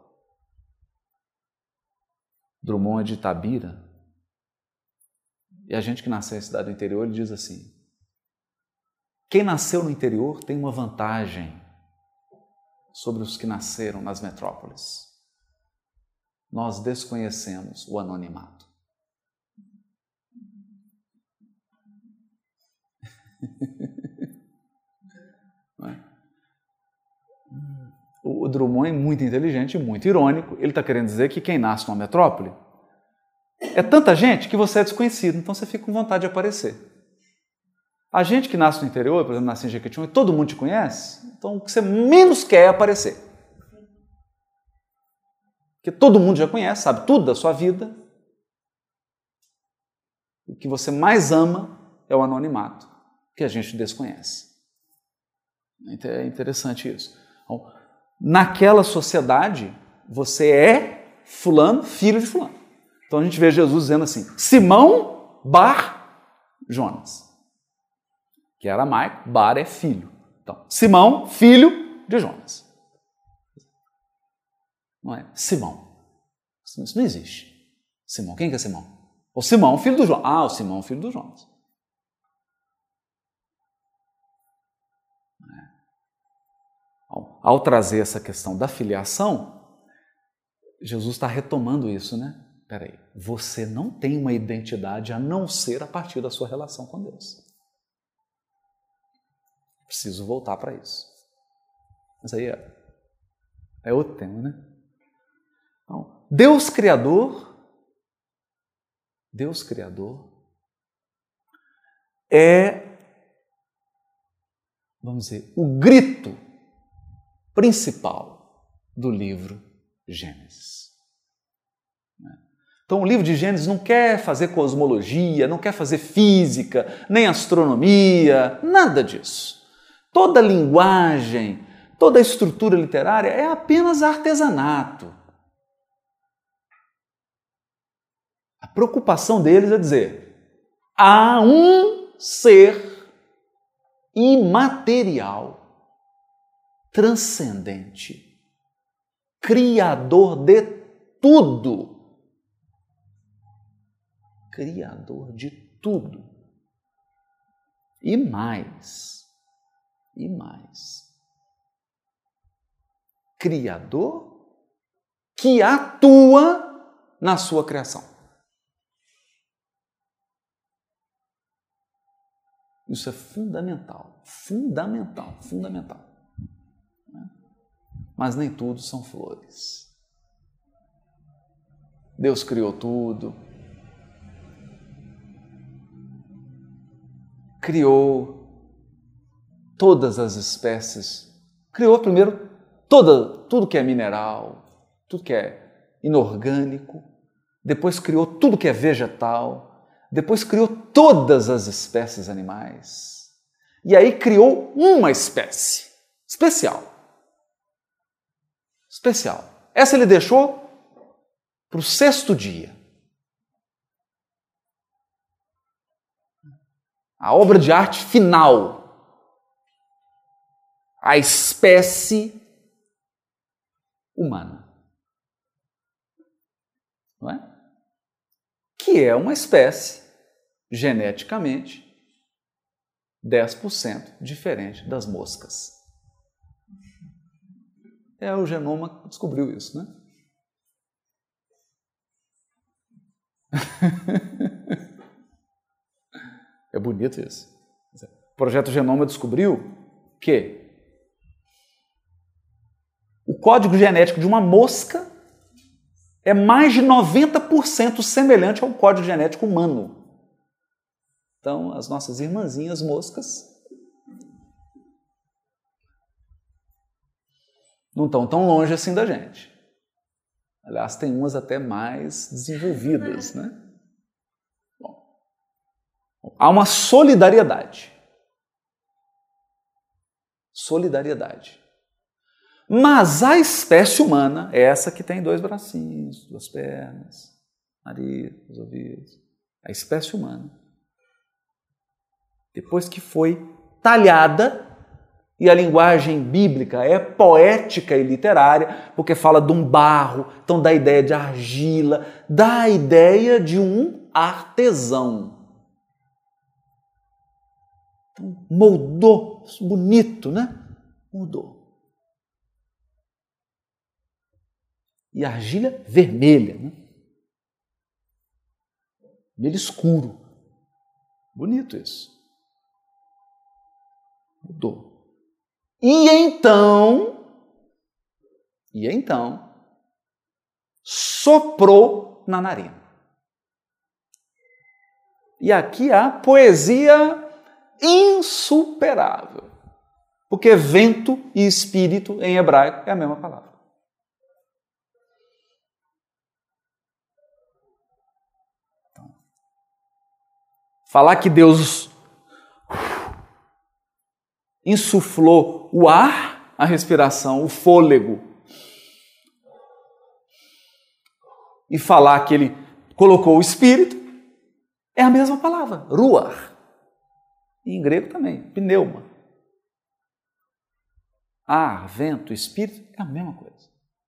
Drummond é de Itabira. E a gente que nasceu na cidade do interior, ele diz assim: quem nasceu no interior tem uma vantagem sobre os que nasceram nas metrópoles. Nós desconhecemos o anonimato. Não é? O Drummond é muito inteligente e muito irônico. Ele está querendo dizer que quem nasce numa metrópole é tanta gente que você é desconhecido, então você fica com vontade de aparecer. A gente que nasce no interior, por exemplo, nasce em Jequitinhonha, e todo mundo te conhece, então o que você menos quer é aparecer. Porque todo mundo já conhece, sabe tudo da sua vida. O que você mais ama é o anonimato, que a gente desconhece. É interessante isso. Então, naquela sociedade, você é fulano, filho de fulano. Então a gente vê Jesus dizendo assim: Simão Bar Jonas, que é aramaico, Bar é filho. Então, Simão, filho de Jonas. Não é Simão. Isso não existe. Simão, quem que é Simão? O Simão, filho do Jonas. Ah, o Simão, filho do Jonas. Ao trazer essa questão da filiação, Jesus está retomando isso, né? Peraí, você não tem uma identidade a não ser a partir da sua relação com Deus. Preciso voltar para isso. Mas aí é, é outro tema, né? Então, Deus Criador, Deus Criador é, vamos dizer, o grito principal do livro Gênesis. Então o livro de Gênesis não quer fazer cosmologia, não quer fazer física, nem astronomia, nada disso. Toda linguagem, toda a estrutura literária é apenas artesanato. A preocupação deles é dizer: há um ser imaterial, transcendente, criador de tudo. Criador de tudo. E mais, e mais. Criador que atua na sua criação. Isso é fundamental, fundamental, fundamental. Mas nem tudo são flores. Deus criou tudo. Criou todas as espécies. Criou primeiro toda, tudo que é mineral, tudo que é inorgânico. Depois criou tudo que é vegetal. Depois criou todas as espécies animais. E aí criou uma espécie especial. Especial. Essa ele deixou para o sexto dia. A obra de arte final. A espécie humana. Não é? Que é uma espécie geneticamente dez por cento diferente das moscas. É o genoma que descobriu isso, né? É bonito isso. O Projeto Genoma descobriu que o código genético de uma mosca é mais de noventa por cento semelhante ao código genético humano. Então, as nossas irmãzinhas moscas não estão tão longe assim da gente. Aliás, tem umas até mais desenvolvidas, né? Bom, há uma solidariedade. Solidariedade. Mas a espécie humana é essa que tem dois bracinhos, duas pernas, nariz, os ouvidos. A espécie humana, depois que foi talhada, e a linguagem bíblica é poética e literária, porque fala de um barro, então dá a ideia de argila, dá a ideia de um artesão. Então, moldou, bonito, né? Moldou. E argila vermelha, né? Vermelho escuro. Bonito isso. Mudou. E então, e então, soprou na narina. E aqui há poesia insuperável, porque vento e espírito em hebraico é a mesma palavra. Então, falar que Deus insuflou o ar, a respiração, o fôlego, e falar que ele colocou o espírito, é a mesma palavra, ruach. Em grego também, pneuma. Ar, vento, espírito, é a mesma coisa.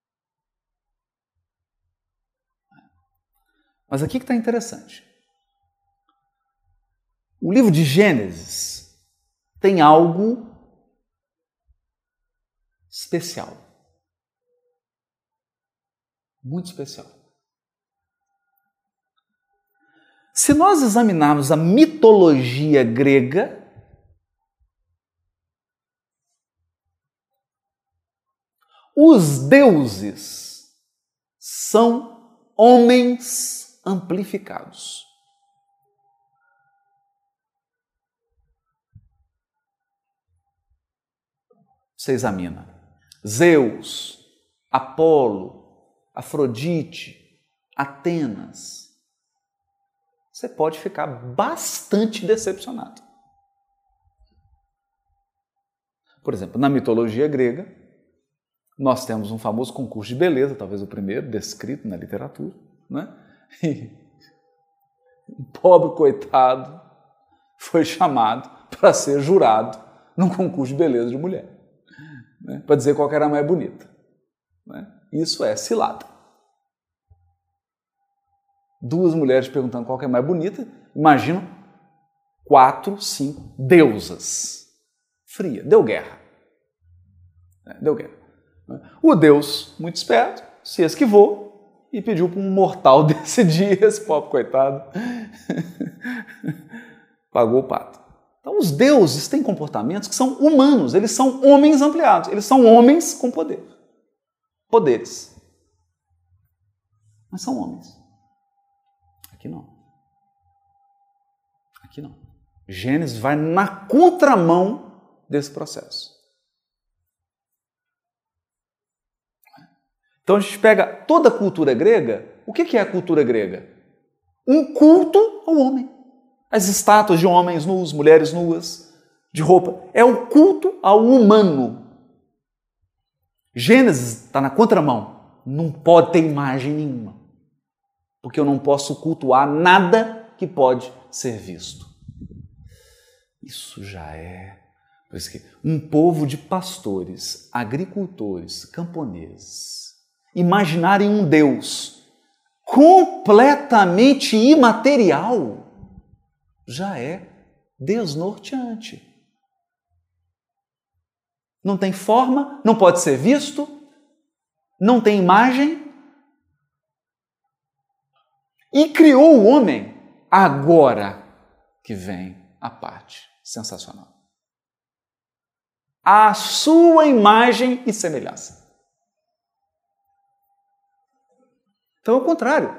Mas aqui que está interessante. O livro de Gênesis tem algo especial. Muito especial. Se nós examinarmos a mitologia grega, os deuses são homens amplificados. Você examina Zeus, Apolo, Afrodite, Atenas. Você pode ficar bastante decepcionado. Por exemplo, na mitologia grega, nós temos um famoso concurso de beleza, talvez o primeiro descrito na literatura, né? E um pobre coitado foi chamado para ser jurado num concurso de beleza de mulher. Né, para dizer qual era a mais bonita. Né? Isso é cilada. Duas mulheres perguntando qual que é a mais bonita, imagina quatro, cinco deusas. Fria, deu guerra. É, deu guerra. O deus, muito esperto, se esquivou e pediu para um mortal decidir, esse pobre coitado pagou o pato. Então, os deuses têm comportamentos que são humanos, eles são homens ampliados, eles são homens com poder. Poderes. Mas são homens. Aqui não. Aqui não. Gênesis vai na contramão desse processo. Então, a gente pega toda a cultura grega. O que é a cultura grega? Um culto ao homem. As estátuas de homens nus, mulheres nuas, de roupa. É o culto ao humano. Gênesis está na contramão. Não pode ter imagem nenhuma. Porque eu não posso cultuar nada que pode ser visto. Isso já é um povo de pastores, agricultores, camponeses. Imaginarem um Deus completamente imaterial já é desnorteante. Não tem forma, não pode ser visto, não tem imagem. E criou o homem, agora que vem a parte sensacional. A sua imagem e semelhança. Então é o contrário.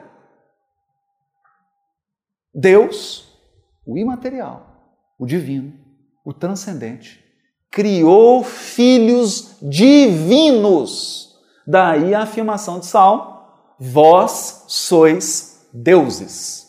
Deus, o imaterial, o divino, o transcendente, criou filhos divinos. Daí a afirmação de Salmo, vós sois deuses,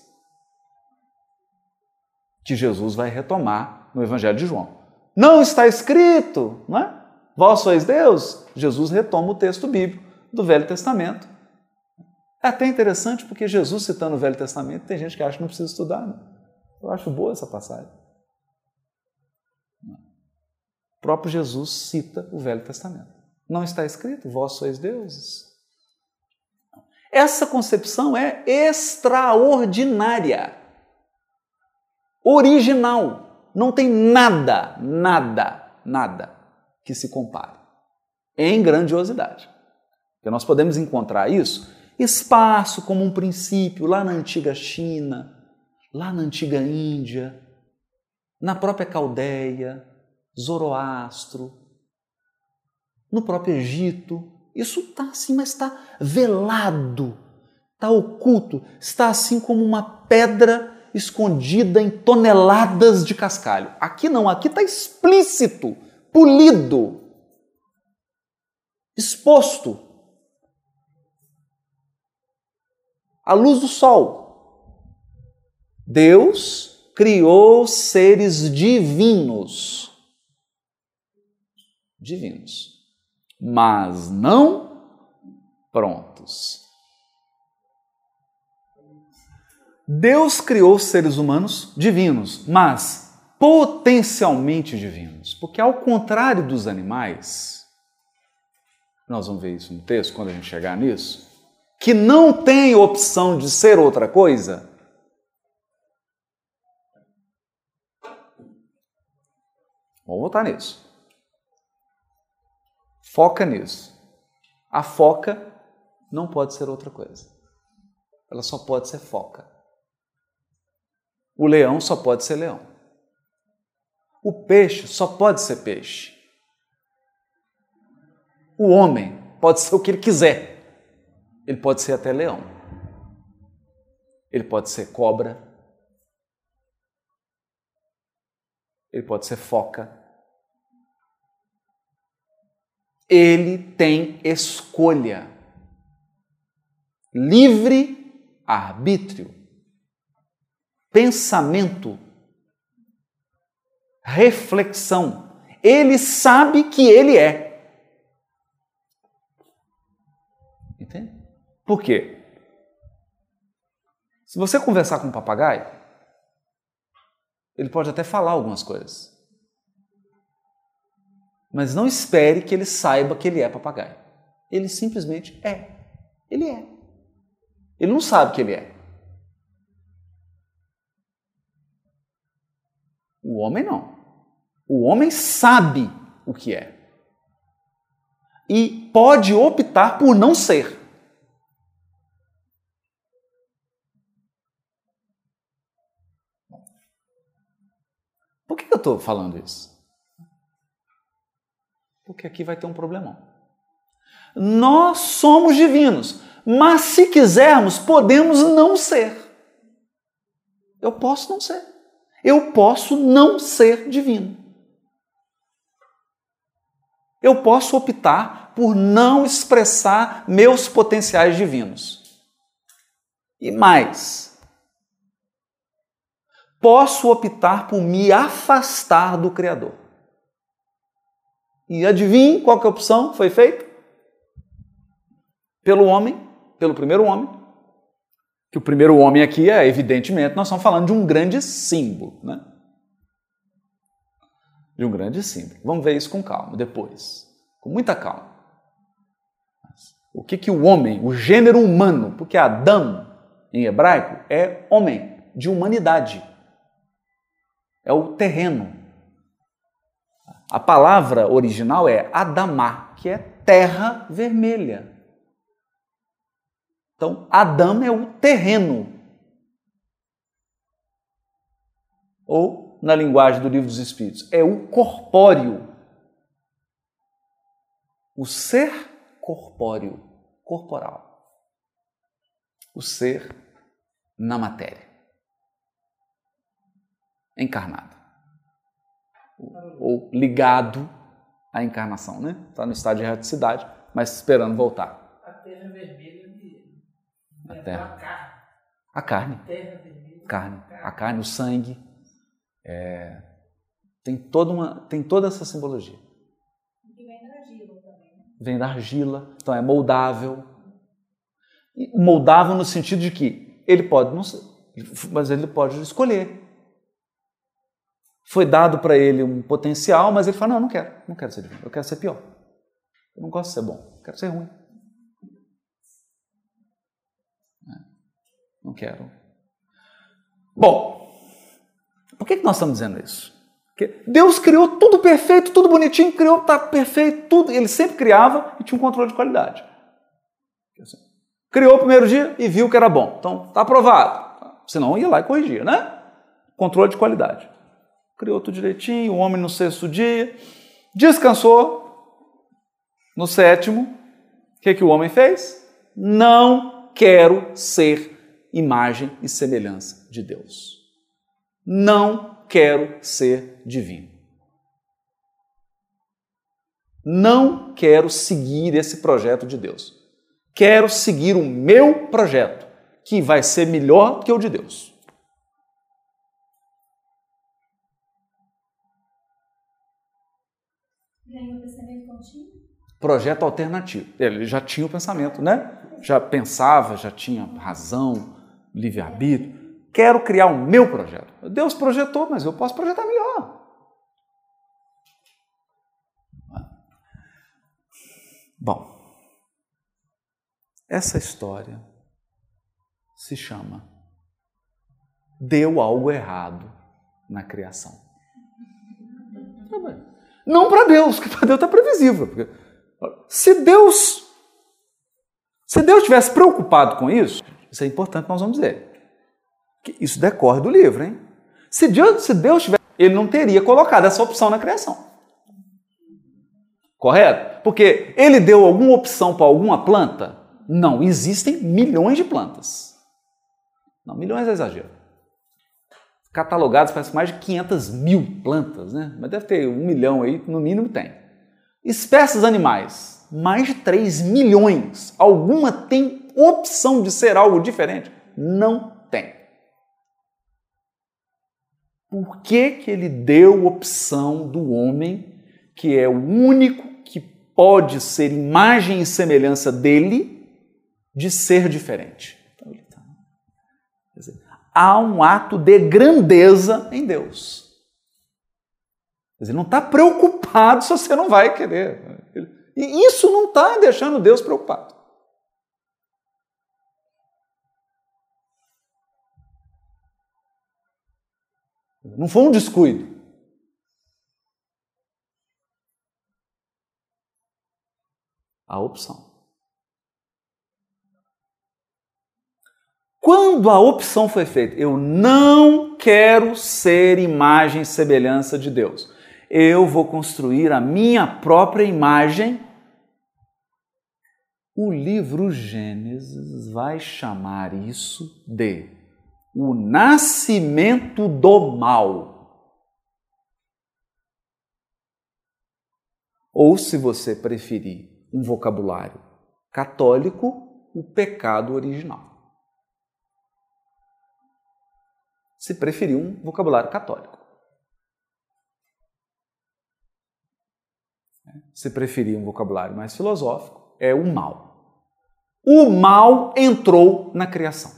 que Jesus vai retomar no Evangelho de João. Não está escrito, não é? Vós sois Deus. Jesus retoma o texto bíblico do Velho Testamento. É até interessante porque Jesus citando o Velho Testamento, tem gente que acha que não precisa estudar. Né? Eu acho boa essa passagem. O próprio Jesus cita o Velho Testamento. Não está escrito, vós sois deuses. Essa concepção é extraordinária, original. Não tem nada, nada, nada que se compare em grandiosidade. Porque nós podemos encontrar isso, espaço como um princípio, lá na antiga China, lá na antiga Índia, na própria Caldeia, Zoroastro, no próprio Egito. Isso está assim, mas está velado, está oculto, está assim como uma pedra escondida em toneladas de cascalho. Aqui não, aqui está explícito, polido, exposto à luz do sol. Deus criou seres divinos, divinos, mas não prontos. Deus criou seres humanos divinos, mas potencialmente divinos, porque ao contrário dos animais, nós vamos ver isso no texto quando a gente chegar nisso, que não tem opção de ser outra coisa, vamos voltar nisso. Foca nisso. A foca não pode ser outra coisa. Ela só pode ser foca. O leão só pode ser leão. O peixe só pode ser peixe. O homem pode ser o que ele quiser. Ele pode ser até leão. Ele pode ser cobra. Ele pode ser foca. Ele tem escolha, livre arbítrio, pensamento, reflexão. Ele sabe que ele é. Entende? Por quê? Se você conversar com um papagaio, ele pode até falar algumas coisas. Mas não espere que ele saiba que ele é papagaio. Ele simplesmente é. Ele é. Ele não sabe que ele é. O homem não. O homem sabe o que é. E pode optar por não ser. Por que eu estou falando isso? Porque aqui vai ter um problemão. Nós somos divinos, mas se quisermos, podemos não ser. Eu posso não ser. Eu posso não ser divino. Eu posso optar por não expressar meus potenciais divinos. E mais, posso optar por me afastar do Criador. E adivinhe qual que é a opção que foi feita? Pelo homem, pelo primeiro homem. Que o primeiro homem aqui é, evidentemente, nós estamos falando de um grande símbolo, né? De um grande símbolo. Vamos ver isso com calma depois. Com muita calma. O que que o homem, o gênero humano, porque Adão, em hebraico, é homem, de humanidade. É o terreno. A palavra original é Adamá, que é terra vermelha. Então, Adão é o terreno. Ou, na linguagem do Livro dos Espíritos, é o corpóreo. O ser corpóreo, corporal. O ser na matéria. Encarnado. Ou ligado à encarnação, né? Está no estado de erraticidade, mas esperando voltar. A terra vermelha A terra. A carne. Carne. A carne, o sangue. É, tem, toda uma, tem toda essa simbologia. E vem da argila também, né? Vem da argila, então é moldável. E moldável no sentido de que ele pode não ser, mas ele pode escolher. Foi dado para ele um potencial, mas ele fala, não, eu não quero, não quero ser divino, eu quero ser pior. Eu não gosto de ser bom, eu quero ser ruim. Não quero. Bom, por que nós estamos dizendo isso? Porque Deus criou tudo perfeito, tudo bonitinho, criou, tá perfeito, tudo. Ele sempre criava e tinha um controle de qualidade. Criou o primeiro dia e viu que era bom. Então, está aprovado. Senão ia lá e corrigia, né? Controle de qualidade. Criou tudo direitinho, o homem no sexto dia, descansou. No sétimo, o que, que o homem fez? Não quero ser imagem e semelhança de Deus. Não quero ser divino. Não quero seguir esse projeto de Deus. Quero seguir o meu projeto, que vai ser melhor que o de Deus. Ganhou o pensamento contínuo? Projeto alternativo. Ele já tinha o pensamento, né? Já pensava, já tinha razão, livre-arbítrio. Quero criar o meu projeto. Deus projetou, mas eu posso projetar melhor. Bom, essa história se chama Deu algo errado na criação. Não para Deus, porque para Deus está previsível. Porque se Deus se Deus tivesse preocupado com isso, isso é importante, nós vamos dizer. Que isso decorre do livro, hein? Se Deus, se Deus tivesse, ele não teria colocado essa opção na criação. Correto? Porque ele deu alguma opção para alguma planta? Não, existem milhões de plantas. Não, milhões é exagero. Catalogados, parece mais de quinhentas mil plantas, né? Mas deve ter um milhão aí, no mínimo tem. Espécies animais, mais de três milhões. Alguma tem opção de ser algo diferente? Não tem. Por que que ele deu opção do homem, que é o único que pode ser imagem e semelhança dele, de ser diferente? Então, ele tá... Quer dizer, há um ato de grandeza em Deus. Quer dizer, ele não está preocupado se você não vai querer. E isso não está deixando Deus preocupado. Não foi um descuido. A opção. Quando a opção foi feita, eu não quero ser imagem e semelhança de Deus. Eu vou construir a minha própria imagem. O livro Gênesis vai chamar isso de o nascimento do mal. Ou, se você preferir um vocabulário católico, o pecado original. Se preferir um vocabulário católico. Se preferir um vocabulário mais filosófico, é o mal. O mal entrou na criação.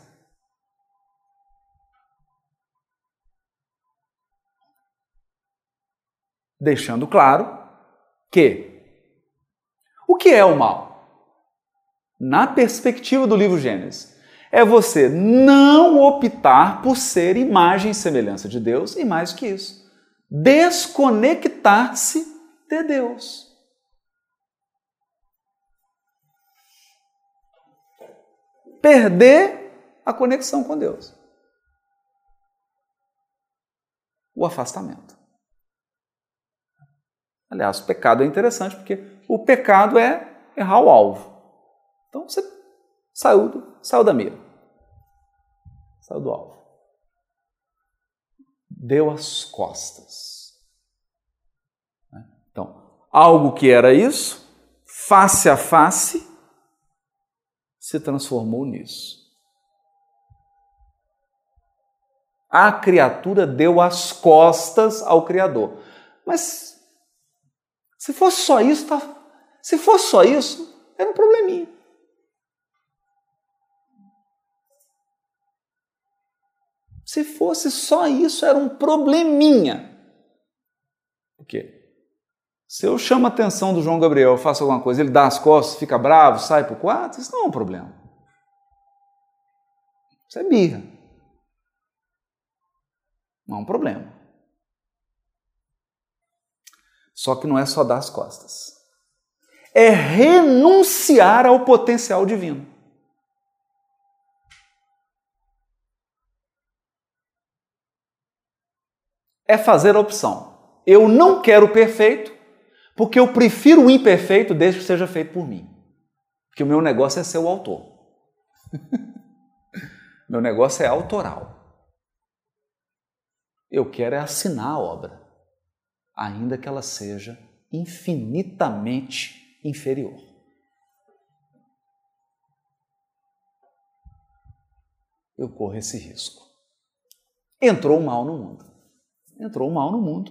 Deixando claro que o que é o mal? Na perspectiva do livro Gênesis, é você não optar por ser imagem e semelhança de Deus e, mais do que isso, desconectar-se de Deus. Perder a conexão com Deus. O afastamento. Aliás, o pecado é interessante porque o pecado é errar o alvo. Então você saiu, do, saiu da mira. Saiu do alvo. Deu as costas. Então, algo que era isso, face a face, se transformou nisso. A criatura deu as costas ao Criador. Mas se fosse só isso, tá? Se fosse só isso, era um probleminha. Se fosse só isso, era um probleminha. Por quê? Se eu chamo a atenção do João Gabriel, eu faço alguma coisa, ele dá as costas, fica bravo, sai para o quarto, isso não é um problema. Isso é birra. Não é um problema. Só que não é só dar as costas. É renunciar ao potencial divino. É fazer a opção. Eu não quero o perfeito, porque eu prefiro o imperfeito desde que seja feito por mim. Porque o meu negócio é ser o autor. Meu negócio é autoral. Eu quero é assinar a obra, ainda que ela seja infinitamente inferior. Eu corro esse risco. Entrou o mal no mundo. Entrou o mal no mundo.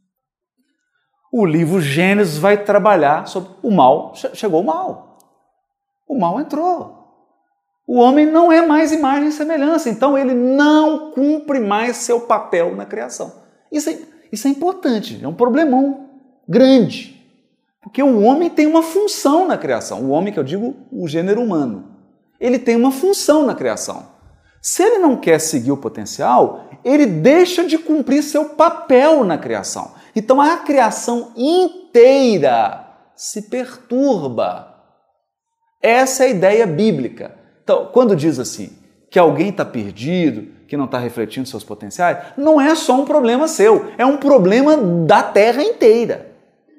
O livro Gênesis vai trabalhar sobre o mal. Chegou o mal. O mal entrou. O homem não é mais imagem e semelhança, então ele não cumpre mais seu papel na criação. Isso é, isso é importante, é um problemão grande. Porque o homem tem uma função na criação. O homem, que eu digo, o gênero humano. Ele tem uma função na criação. Se ele não quer seguir o potencial, ele deixa de cumprir seu papel na criação. Então a criação inteira se perturba. Essa é a ideia bíblica. Então, quando diz assim, que alguém está perdido, que não está refletindo seus potenciais, não é só um problema seu, é um problema da terra inteira.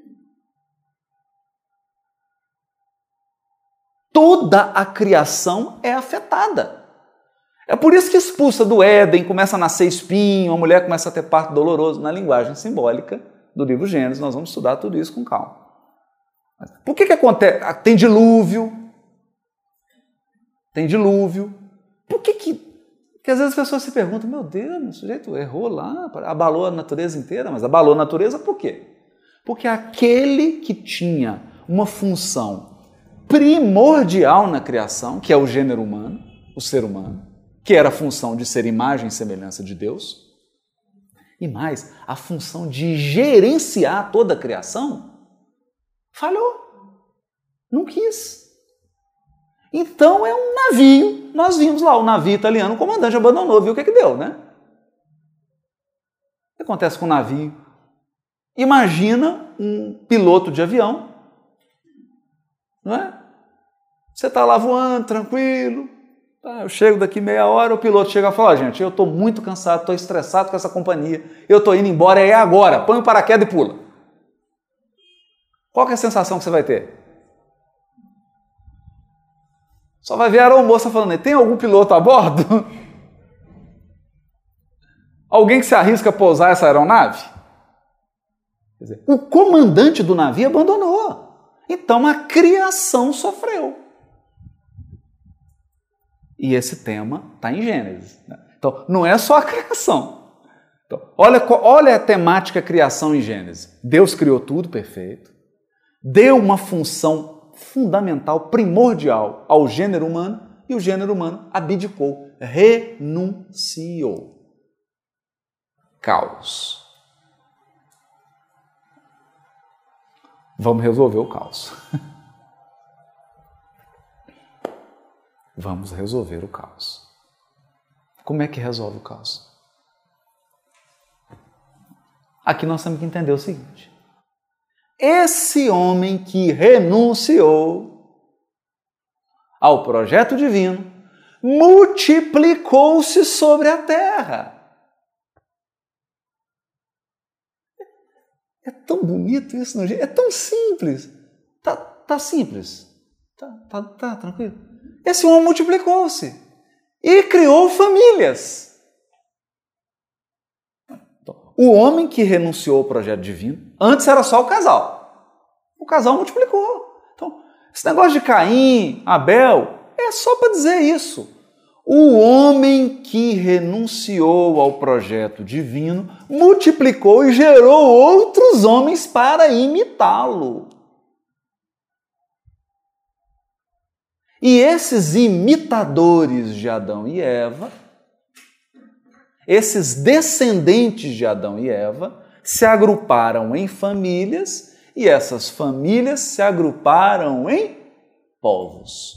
Toda a criação é afetada. É por isso que expulsa do Éden, começa a nascer espinho, a mulher começa a ter parto doloroso. Na linguagem simbólica do livro Gênesis, nós vamos estudar tudo isso com calma. Por que que acontece? Tem dilúvio. Tem dilúvio. Por que que... Porque às vezes as pessoas se perguntam, meu Deus, o sujeito errou lá, abalou a natureza inteira, mas abalou a natureza por quê? Porque aquele que tinha uma função primordial na criação, que é o gênero humano, o ser humano, que era a função de ser imagem e semelhança de Deus, e mais, a função de gerenciar toda a criação, falhou. Não quis. Então é um navio, nós vimos lá o navio italiano, o comandante abandonou, viu o que que deu, né? O que acontece com o navio? Imagina um piloto de avião, não é? Você está lá voando, tranquilo, tá? Eu chego daqui meia hora, o piloto chega e fala, oh, gente, eu estou muito cansado, estou estressado com essa companhia, eu estou indo embora, é agora, põe o paraquedas e pula. Qual que é a sensação que você vai ter? Só vai ver a aeromoça falando, tem algum piloto a bordo? Alguém que se arrisca a pousar essa aeronave? Quer dizer, o comandante do navio abandonou. Então a criação sofreu. E esse tema está em Gênesis. Né? Então não é só a criação. Então, olha, olha a temática criação em Gênesis. Deus criou tudo perfeito. Deu uma função fundamental, primordial ao gênero humano, e o gênero humano abdicou, renunciou. Caos. Vamos resolver o caos. Vamos resolver o caos. Como é que resolve o caos? Aqui nós temos que entender o seguinte. Esse homem que renunciou ao projeto divino multiplicou-se sobre a terra. É tão bonito isso, é tão simples. Tá, tá simples. Tá, tá, tá tranquilo. Esse homem multiplicou-se e criou famílias. O homem que renunciou ao projeto divino, antes era só o casal. O casal multiplicou. Então, esse negócio de Caim, Abel, é só para dizer isso. o homem que renunciou ao projeto divino multiplicou e gerou outros homens para imitá-lo. E esses imitadores de Adão e Eva, esses descendentes de Adão e Eva, se agruparam em famílias e essas famílias se agruparam em povos.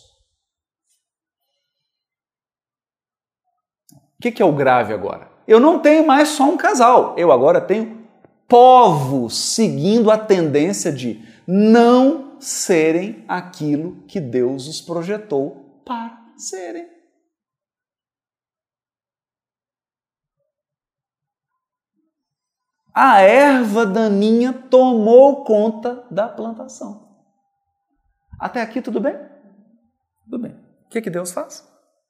O que, que é o grave agora? Eu não tenho mais só um casal, eu agora tenho povos seguindo a tendência de não serem aquilo que Deus os projetou para serem. A erva daninha tomou conta da plantação. Até aqui tudo bem? Tudo bem. O que, que Deus faz?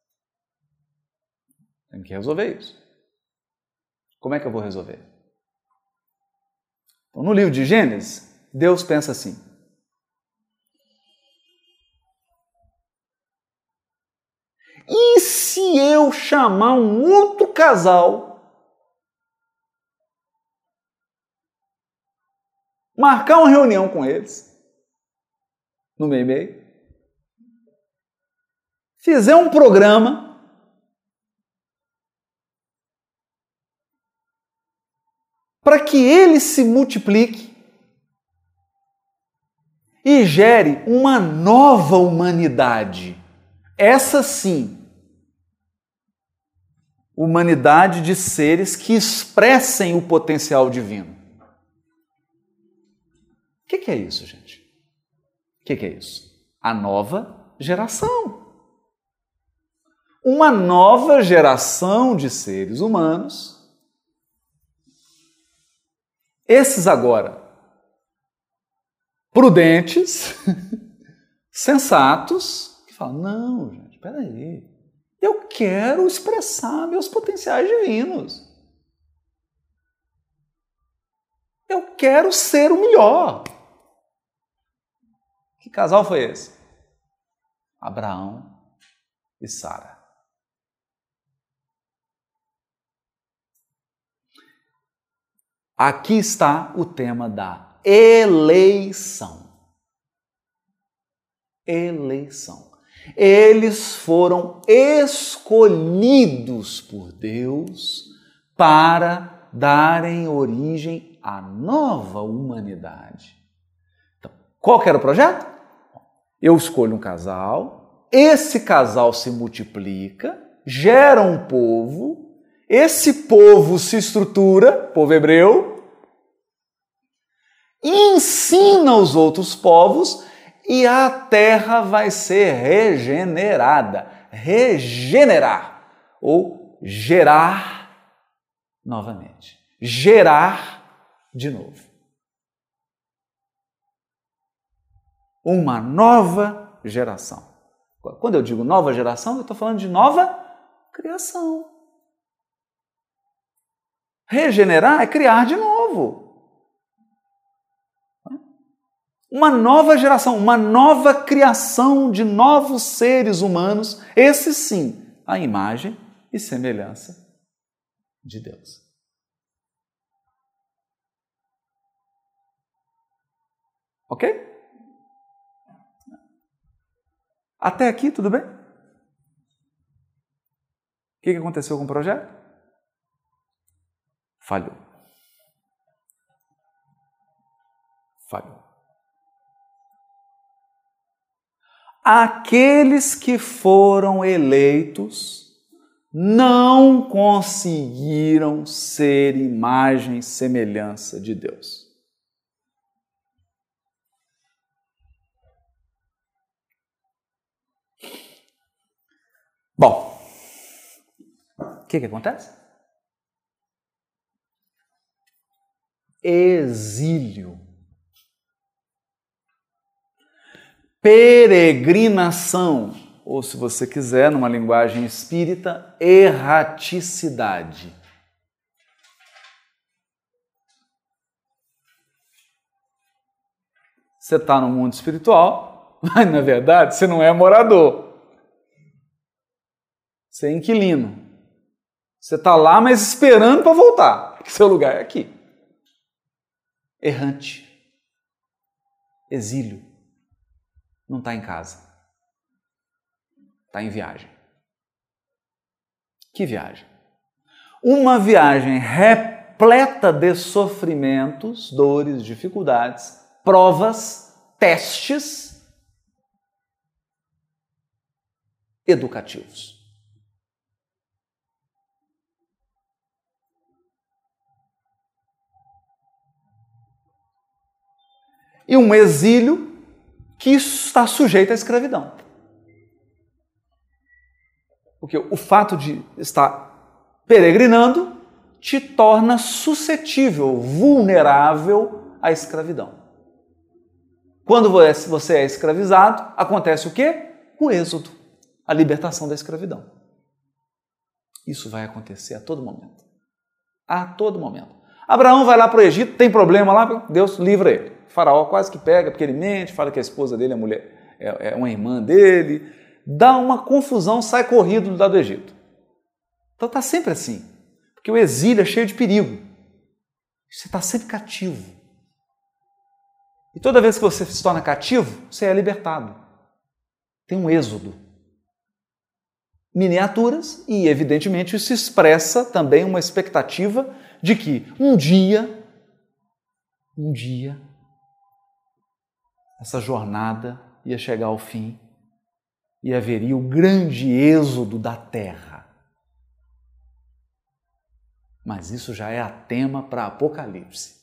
Tem que resolver isso. Como é que eu vou resolver? Então, no livro de Gênesis, Deus pensa assim: e se eu chamar um outro casal, marcar uma reunião com eles, no meio-meio, fizer um programa para que ele se multiplique e gere uma nova humanidade. Essa sim, humanidade de seres que expressem o potencial divino. O que, que é isso, gente? O que, que é isso? A nova geração. Uma nova geração de seres humanos. Esses agora, prudentes, sensatos, que falam, não, gente, peraí, eu quero expressar meus potenciais divinos. Eu quero ser o melhor. Que casal foi esse? Abraão e Sara. Aqui está o tema da eleição. Eleição. Eles foram escolhidos por Deus para darem origem à nova humanidade. Então, qual que era o projeto? Eu escolho um casal, esse casal se multiplica, gera um povo, esse povo se estrutura, povo hebreu, ensina os outros povos e a terra vai ser regenerada. Regenerar ou gerar novamente. Gerar de novo. Uma nova geração. Quando eu digo nova geração, eu estou falando de nova criação. Regenerar é criar de novo. Uma nova geração, uma nova criação de novos seres humanos, esse sim, a imagem e semelhança de Deus. Ok? Até aqui, tudo bem? O que aconteceu com o projeto? Falhou. Falhou. Aqueles que foram eleitos não conseguiram ser imagem e semelhança de Deus. Bom, o que que acontece? Exílio. Peregrinação, ou se você quiser, numa linguagem espírita, erraticidade. Você está no mundo espiritual, mas na verdade você não é morador. Você é inquilino. Você está lá, mas esperando para voltar, porque seu lugar é aqui. Errante. Exílio. Não está em casa. Está em viagem. Que viagem? Uma viagem repleta de sofrimentos, dores, dificuldades, provas, testes educativos. E um exílio que está sujeito à escravidão. Porque o fato de estar peregrinando te torna suscetível, vulnerável à escravidão. Quando você é escravizado, acontece o quê? O êxodo, a libertação da escravidão. Isso vai acontecer a todo momento. A todo momento. Abraão vai lá para o Egito, tem problema lá, Deus livra ele. O faraó quase que pega, porque ele mente, fala que a esposa dele é, mulher, é, é uma irmã dele. Dá uma confusão, sai corrido lá do Egito. Então está sempre assim. Porque o exílio é cheio de perigo. Você está sempre cativo. E toda vez que você se torna cativo, você é libertado. Tem um êxodo. Miniaturas e, evidentemente, isso expressa também uma expectativa de que um dia, um dia, essa jornada ia chegar ao fim e haveria o grande êxodo da terra. Mas isso já é a tema para Apocalipse.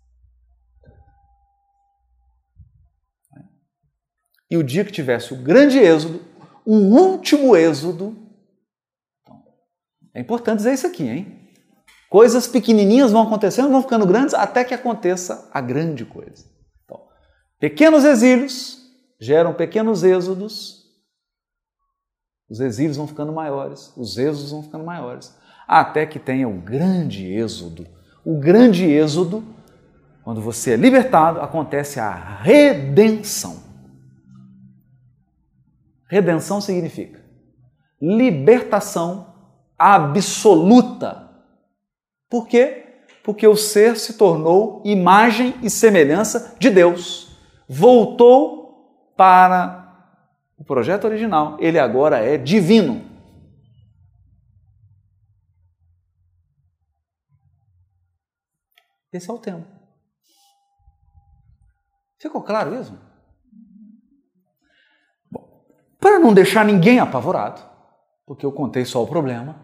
E o dia que tivesse o grande êxodo, o último êxodo, é importante dizer isso aqui, hein? Coisas pequenininhas vão acontecendo, vão ficando grandes, até que aconteça a grande coisa. Então, pequenos exílios geram pequenos êxodos, os exílios vão ficando maiores, os êxodos vão ficando maiores, até que tenha o grande êxodo. O grande êxodo, quando você é libertado, acontece a redenção. Redenção significa libertação absoluta. Por quê? Porque o ser se tornou imagem e semelhança de Deus. Voltou para o projeto original. Ele agora é divino. Esse é o tema. Ficou claro isso? Bom, para não deixar ninguém apavorado, porque eu contei só o problema,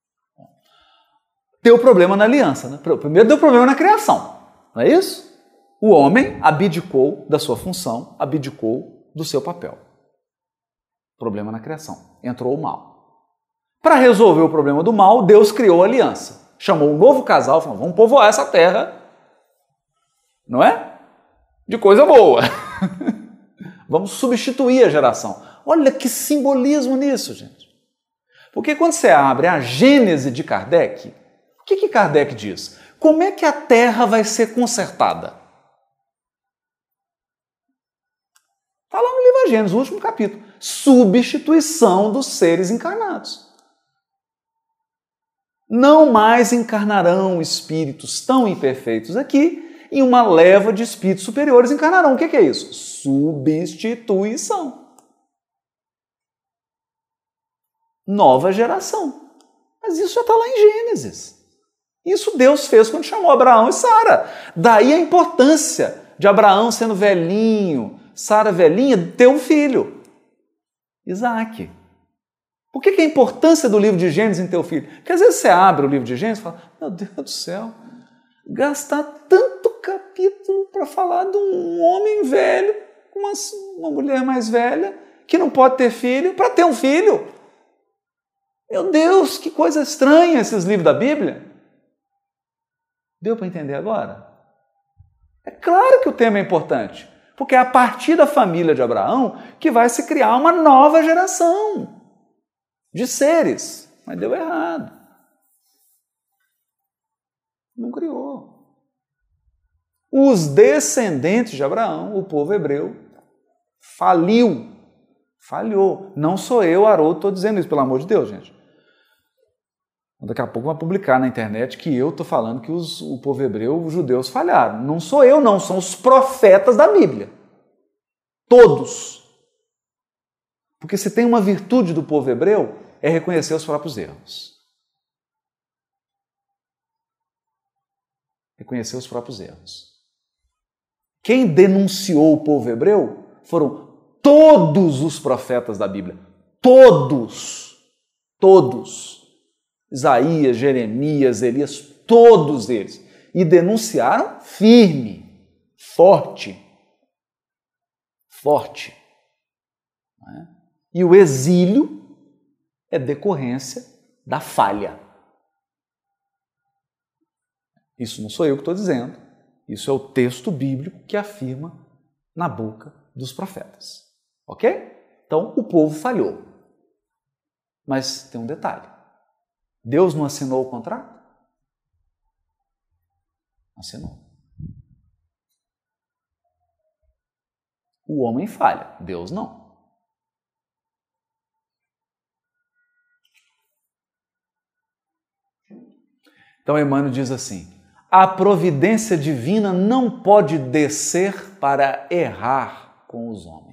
deu problema na aliança. Né? Primeiro deu problema na criação, não é isso? O homem abdicou da sua função, abdicou do seu papel. Problema na criação. Entrou o mal. Para resolver o problema do mal, Deus criou a aliança. Chamou um novo casal, falou, vamos povoar essa terra, não é? De coisa boa. Vamos substituir a geração. Olha que simbolismo nisso, gente. Porque quando você abre a Gênese de Kardec, o que que Kardec diz? Como é que a terra vai ser consertada? Está lá no livro da Gênesis, o último capítulo. Substituição dos seres encarnados. Não mais encarnarão espíritos tão imperfeitos aqui e uma leva de espíritos superiores encarnarão. O que é isso? Substituição. Nova geração. Mas isso já está lá em Gênesis. Isso Deus fez quando chamou Abraão e Sara. Daí a importância de Abraão sendo velhinho, Sara velhinha, ter um filho, Isaac. Por que, que a importância do livro de Gênesis em ter um filho? Porque às vezes você abre o livro de Gênesis e fala, meu Deus do céu, gastar tanto capítulo para falar de um homem velho com uma, uma mulher mais velha que não pode ter filho, para ter um filho. Meu Deus, que coisa estranha esses livros da Bíblia. Deu para entender agora? É claro que o tema é importante, porque é a partir da família de Abraão que vai se criar uma nova geração de seres. Mas deu errado. Não criou. Os descendentes de Abraão, o povo hebreu, faliu. Falhou. Não sou eu, Haroldo, estou dizendo isso, pelo amor de Deus, gente. Daqui a pouco vai publicar na internet que eu estou falando que os, o povo hebreu, os judeus falharam. Não sou eu, não. São os profetas da Bíblia. Todos. Porque se tem uma virtude do povo hebreu, é reconhecer os próprios erros. Reconhecer os próprios erros. Quem denunciou o povo hebreu foram todos os profetas da Bíblia. Todos. Todos. Isaías, Jeremias, Elias, todos eles. E denunciaram firme, forte. Forte. Não é? E o exílio é decorrência da falha. Isso não sou eu que estou dizendo. Isso é o texto bíblico que afirma na boca dos profetas. Ok? Então, o povo falhou. Mas tem um detalhe. Deus não assinou o contrato? Assinou. O homem falha, Deus não. Então Emmanuel diz assim: a providência divina não pode descer para errar com os homens.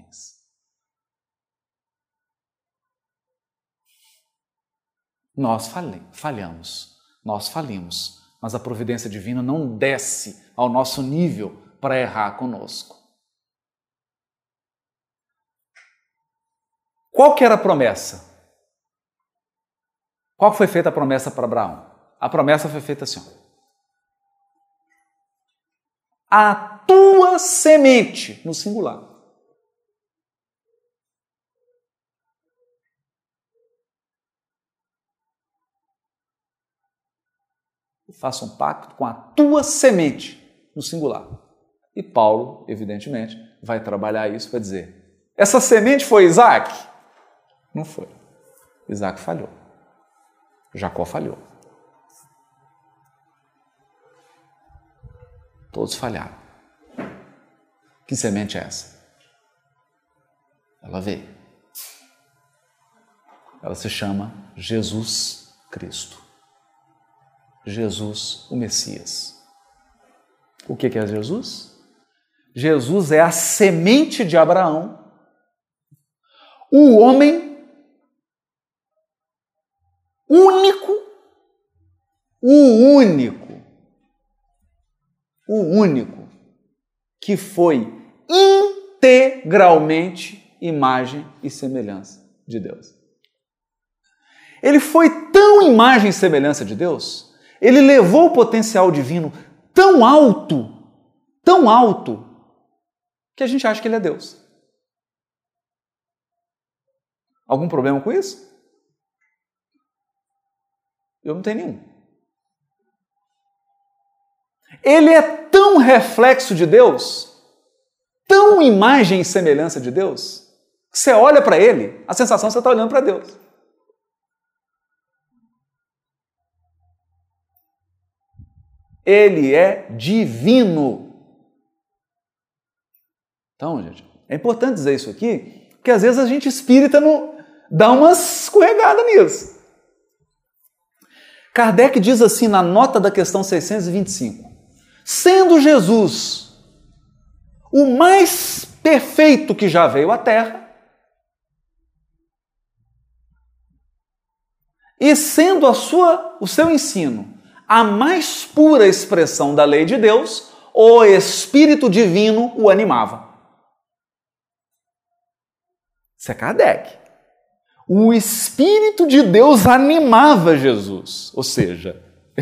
Nós falhamos, nós falimos, mas a providência divina não desce ao nosso nível para errar conosco. Qual que era a promessa? Qual foi feita a promessa para Abraão? A promessa foi feita assim: ó, a tua semente, no singular. Faça um pacto com a tua semente, no singular. E Paulo, evidentemente, vai trabalhar isso para dizer: essa semente foi Isaac? Não foi. Isaac falhou. Jacó falhou. Todos falharam. Que semente é essa? Ela veio. Ela se chama Jesus Cristo. Jesus, o Messias. O que é Jesus? Jesus é a semente de Abraão, o homem único, o único, o único que foi integralmente imagem e semelhança de Deus. Ele foi tão imagem e semelhança de Deus. Ele levou o potencial divino tão alto, tão alto, que a gente acha que ele é Deus. Algum problema com isso? Eu não tenho nenhum. Ele é tão reflexo de Deus, tão imagem e semelhança de Deus, que você olha para ele, a sensação é que você está olhando para Deus. Ele é divino. Então, gente, é importante dizer isso aqui, porque às vezes a gente espírita no, dá uma escorregada nisso. Kardec diz assim na nota da questão seiscentos e vinte e cinco: sendo Jesus o mais perfeito que já veio à Terra, e sendo a sua, o seu ensino a mais pura expressão da lei de Deus, o Espírito Divino o animava. Isso é Kardec. O Espírito de Deus animava Jesus, ou seja,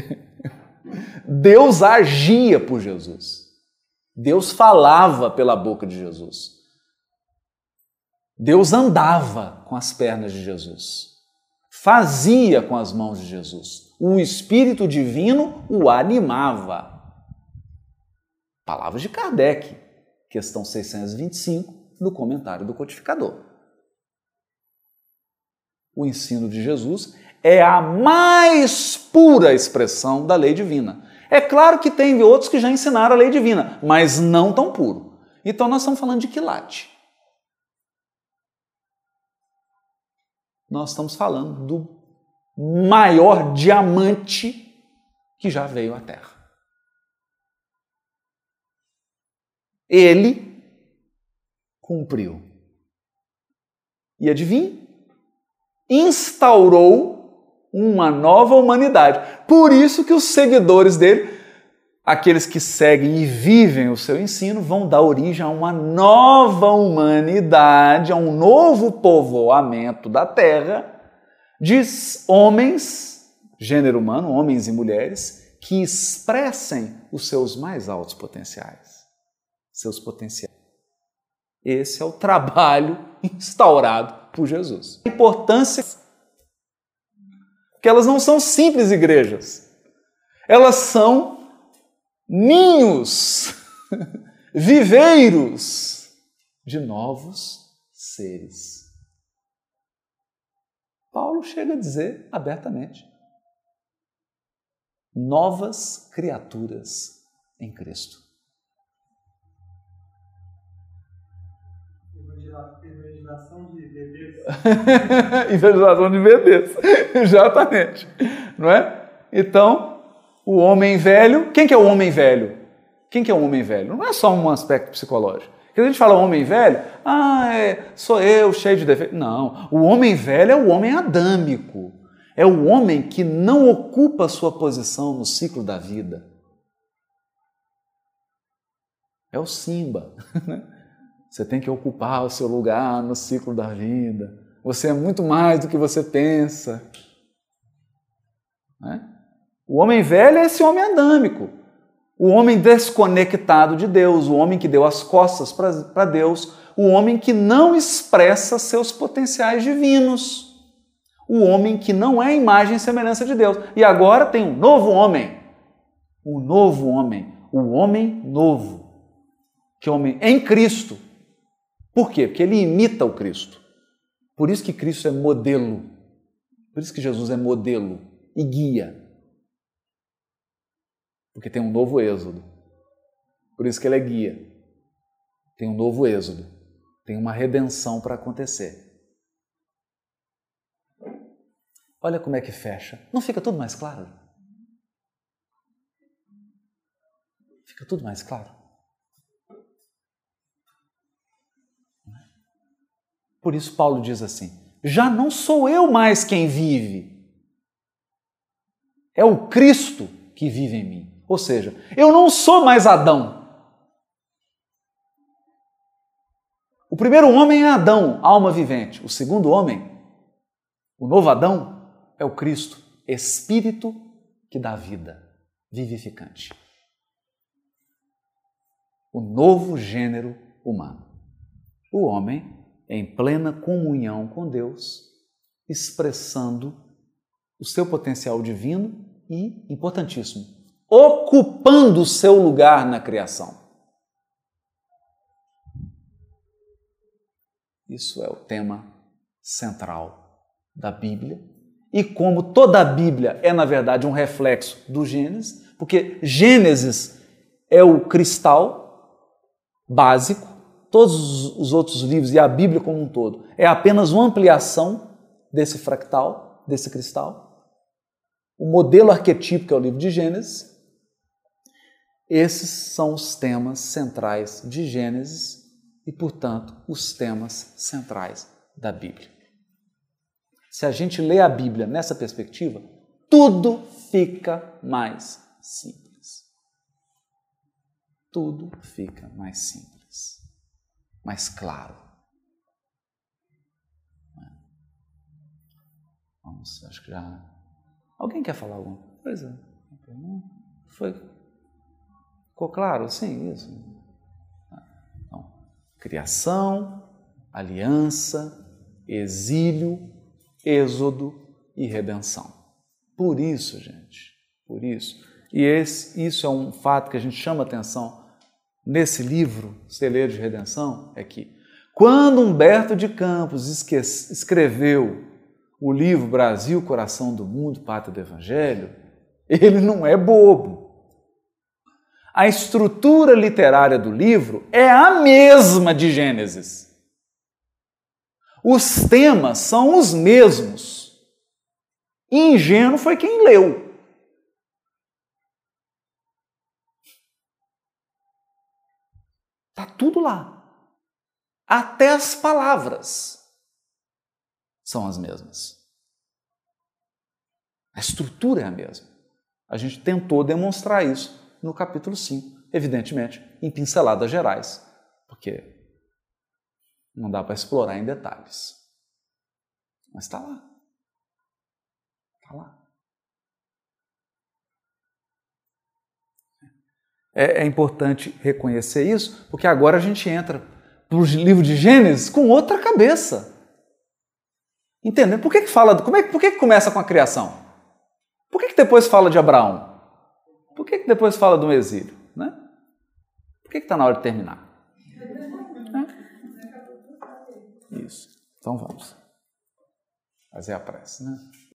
Deus agia por Jesus. Deus falava pela boca de Jesus. Deus andava com as pernas de Jesus. Fazia com as mãos de Jesus. O Espírito Divino o animava. Palavras de Kardec, questão seiscentos e vinte e cinco, no comentário do Codificador. O ensino de Jesus é a mais pura expressão da lei divina. É claro que tem outros que já ensinaram a lei divina, mas não tão puro. Então nós estamos falando de quilate. Nós estamos falando do maior diamante que já veio à Terra. Ele cumpriu. E adivinha? Instaurou uma nova humanidade. Por isso que os seguidores dele, aqueles que seguem e vivem o seu ensino, vão dar origem a uma nova humanidade, a um novo povoamento da Terra de homens, gênero humano, homens e mulheres, que expressem os seus mais altos potenciais. Seus potenciais. Esse é o trabalho instaurado por Jesus. A importância que elas não são simples igrejas. Elas são ninhos, viveiros de novos seres. Paulo chega a dizer abertamente: novas criaturas em Cristo. Evangelização de bebês. Evangelização de bebês, exatamente. Não é? Então, o homem velho, quem que é o homem velho? Quem que é o homem velho? Não é só um aspecto psicológico. Quando a gente fala homem velho, ah, é, sou eu, cheio de defeitos. Não, o homem velho é o homem adâmico. É o homem que não ocupa sua posição no ciclo da vida. É o Simba. Você tem que ocupar o seu lugar no ciclo da vida. Você é muito mais do que você pensa. Né? O homem velho é esse homem adâmico. O homem desconectado de Deus, o homem que deu as costas para Deus, o homem que não expressa seus potenciais divinos, o homem que não é imagem e semelhança de Deus. E agora tem um novo homem, um novo homem, o homem novo, que é o homem em Cristo. Por quê? Porque ele imita o Cristo. Por isso que Cristo é modelo. Por isso que Jesus é modelo e guia. Porque tem um novo êxodo. Por isso que ele é guia. Tem um novo êxodo. Tem uma redenção para acontecer. Olha como é que fecha. Não fica tudo mais claro? Fica tudo mais claro? Por isso Paulo diz assim: já não sou eu mais quem vive. É o Cristo que vive em mim. Ou seja, eu não sou mais Adão. O primeiro homem é Adão, alma vivente. O segundo homem, o novo Adão, é o Cristo, Espírito que dá vida, vivificante. O novo gênero humano. O homem em plena comunhão com Deus, expressando o seu potencial divino e, importantíssimo, ocupando o seu lugar na criação. Isso é o tema central da Bíblia. E como toda a Bíblia é, na verdade, um reflexo do Gênesis, porque Gênesis é o cristal básico, todos os outros livros e a Bíblia como um todo é apenas uma ampliação desse fractal, desse cristal. O modelo arquetípico é o livro de Gênesis. Esses são os temas centrais de Gênesis e, portanto, os temas centrais da Bíblia. Se a gente lê a Bíblia nessa perspectiva, tudo fica mais simples. Tudo fica mais simples, mais claro. Vamos, acho que já... Alguém quer falar alguma coisa? Foi... Ficou claro? Sim, isso. Então, criação, aliança, exílio, êxodo e redenção. Por isso, gente, por isso. E esse, isso é um fato que a gente chama atenção nesse livro, Celeiro de Redenção, é que quando Humberto de Campos esque- escreveu o livro Brasil, Coração do Mundo, Pátria do Evangelho, ele não é bobo. A estrutura literária do livro é a mesma de Gênesis. Os temas são os mesmos. Ingênuo foi quem leu. Está tudo lá. Até as palavras são as mesmas. A estrutura é a mesma. A gente tentou demonstrar isso no capítulo cinco, evidentemente, em pinceladas gerais, porque não dá para explorar em detalhes. Mas está lá. Está lá. É, é importante reconhecer isso, porque agora a gente entra para o livro de Gênesis com outra cabeça. Entendeu? Por que que fala, como é, por que que começa com a criação? Por que que depois fala de Abraão? Por que que depois fala do exílio? Né? Por que que está na hora de terminar? É? Isso. Então vamos fazer a prece, né?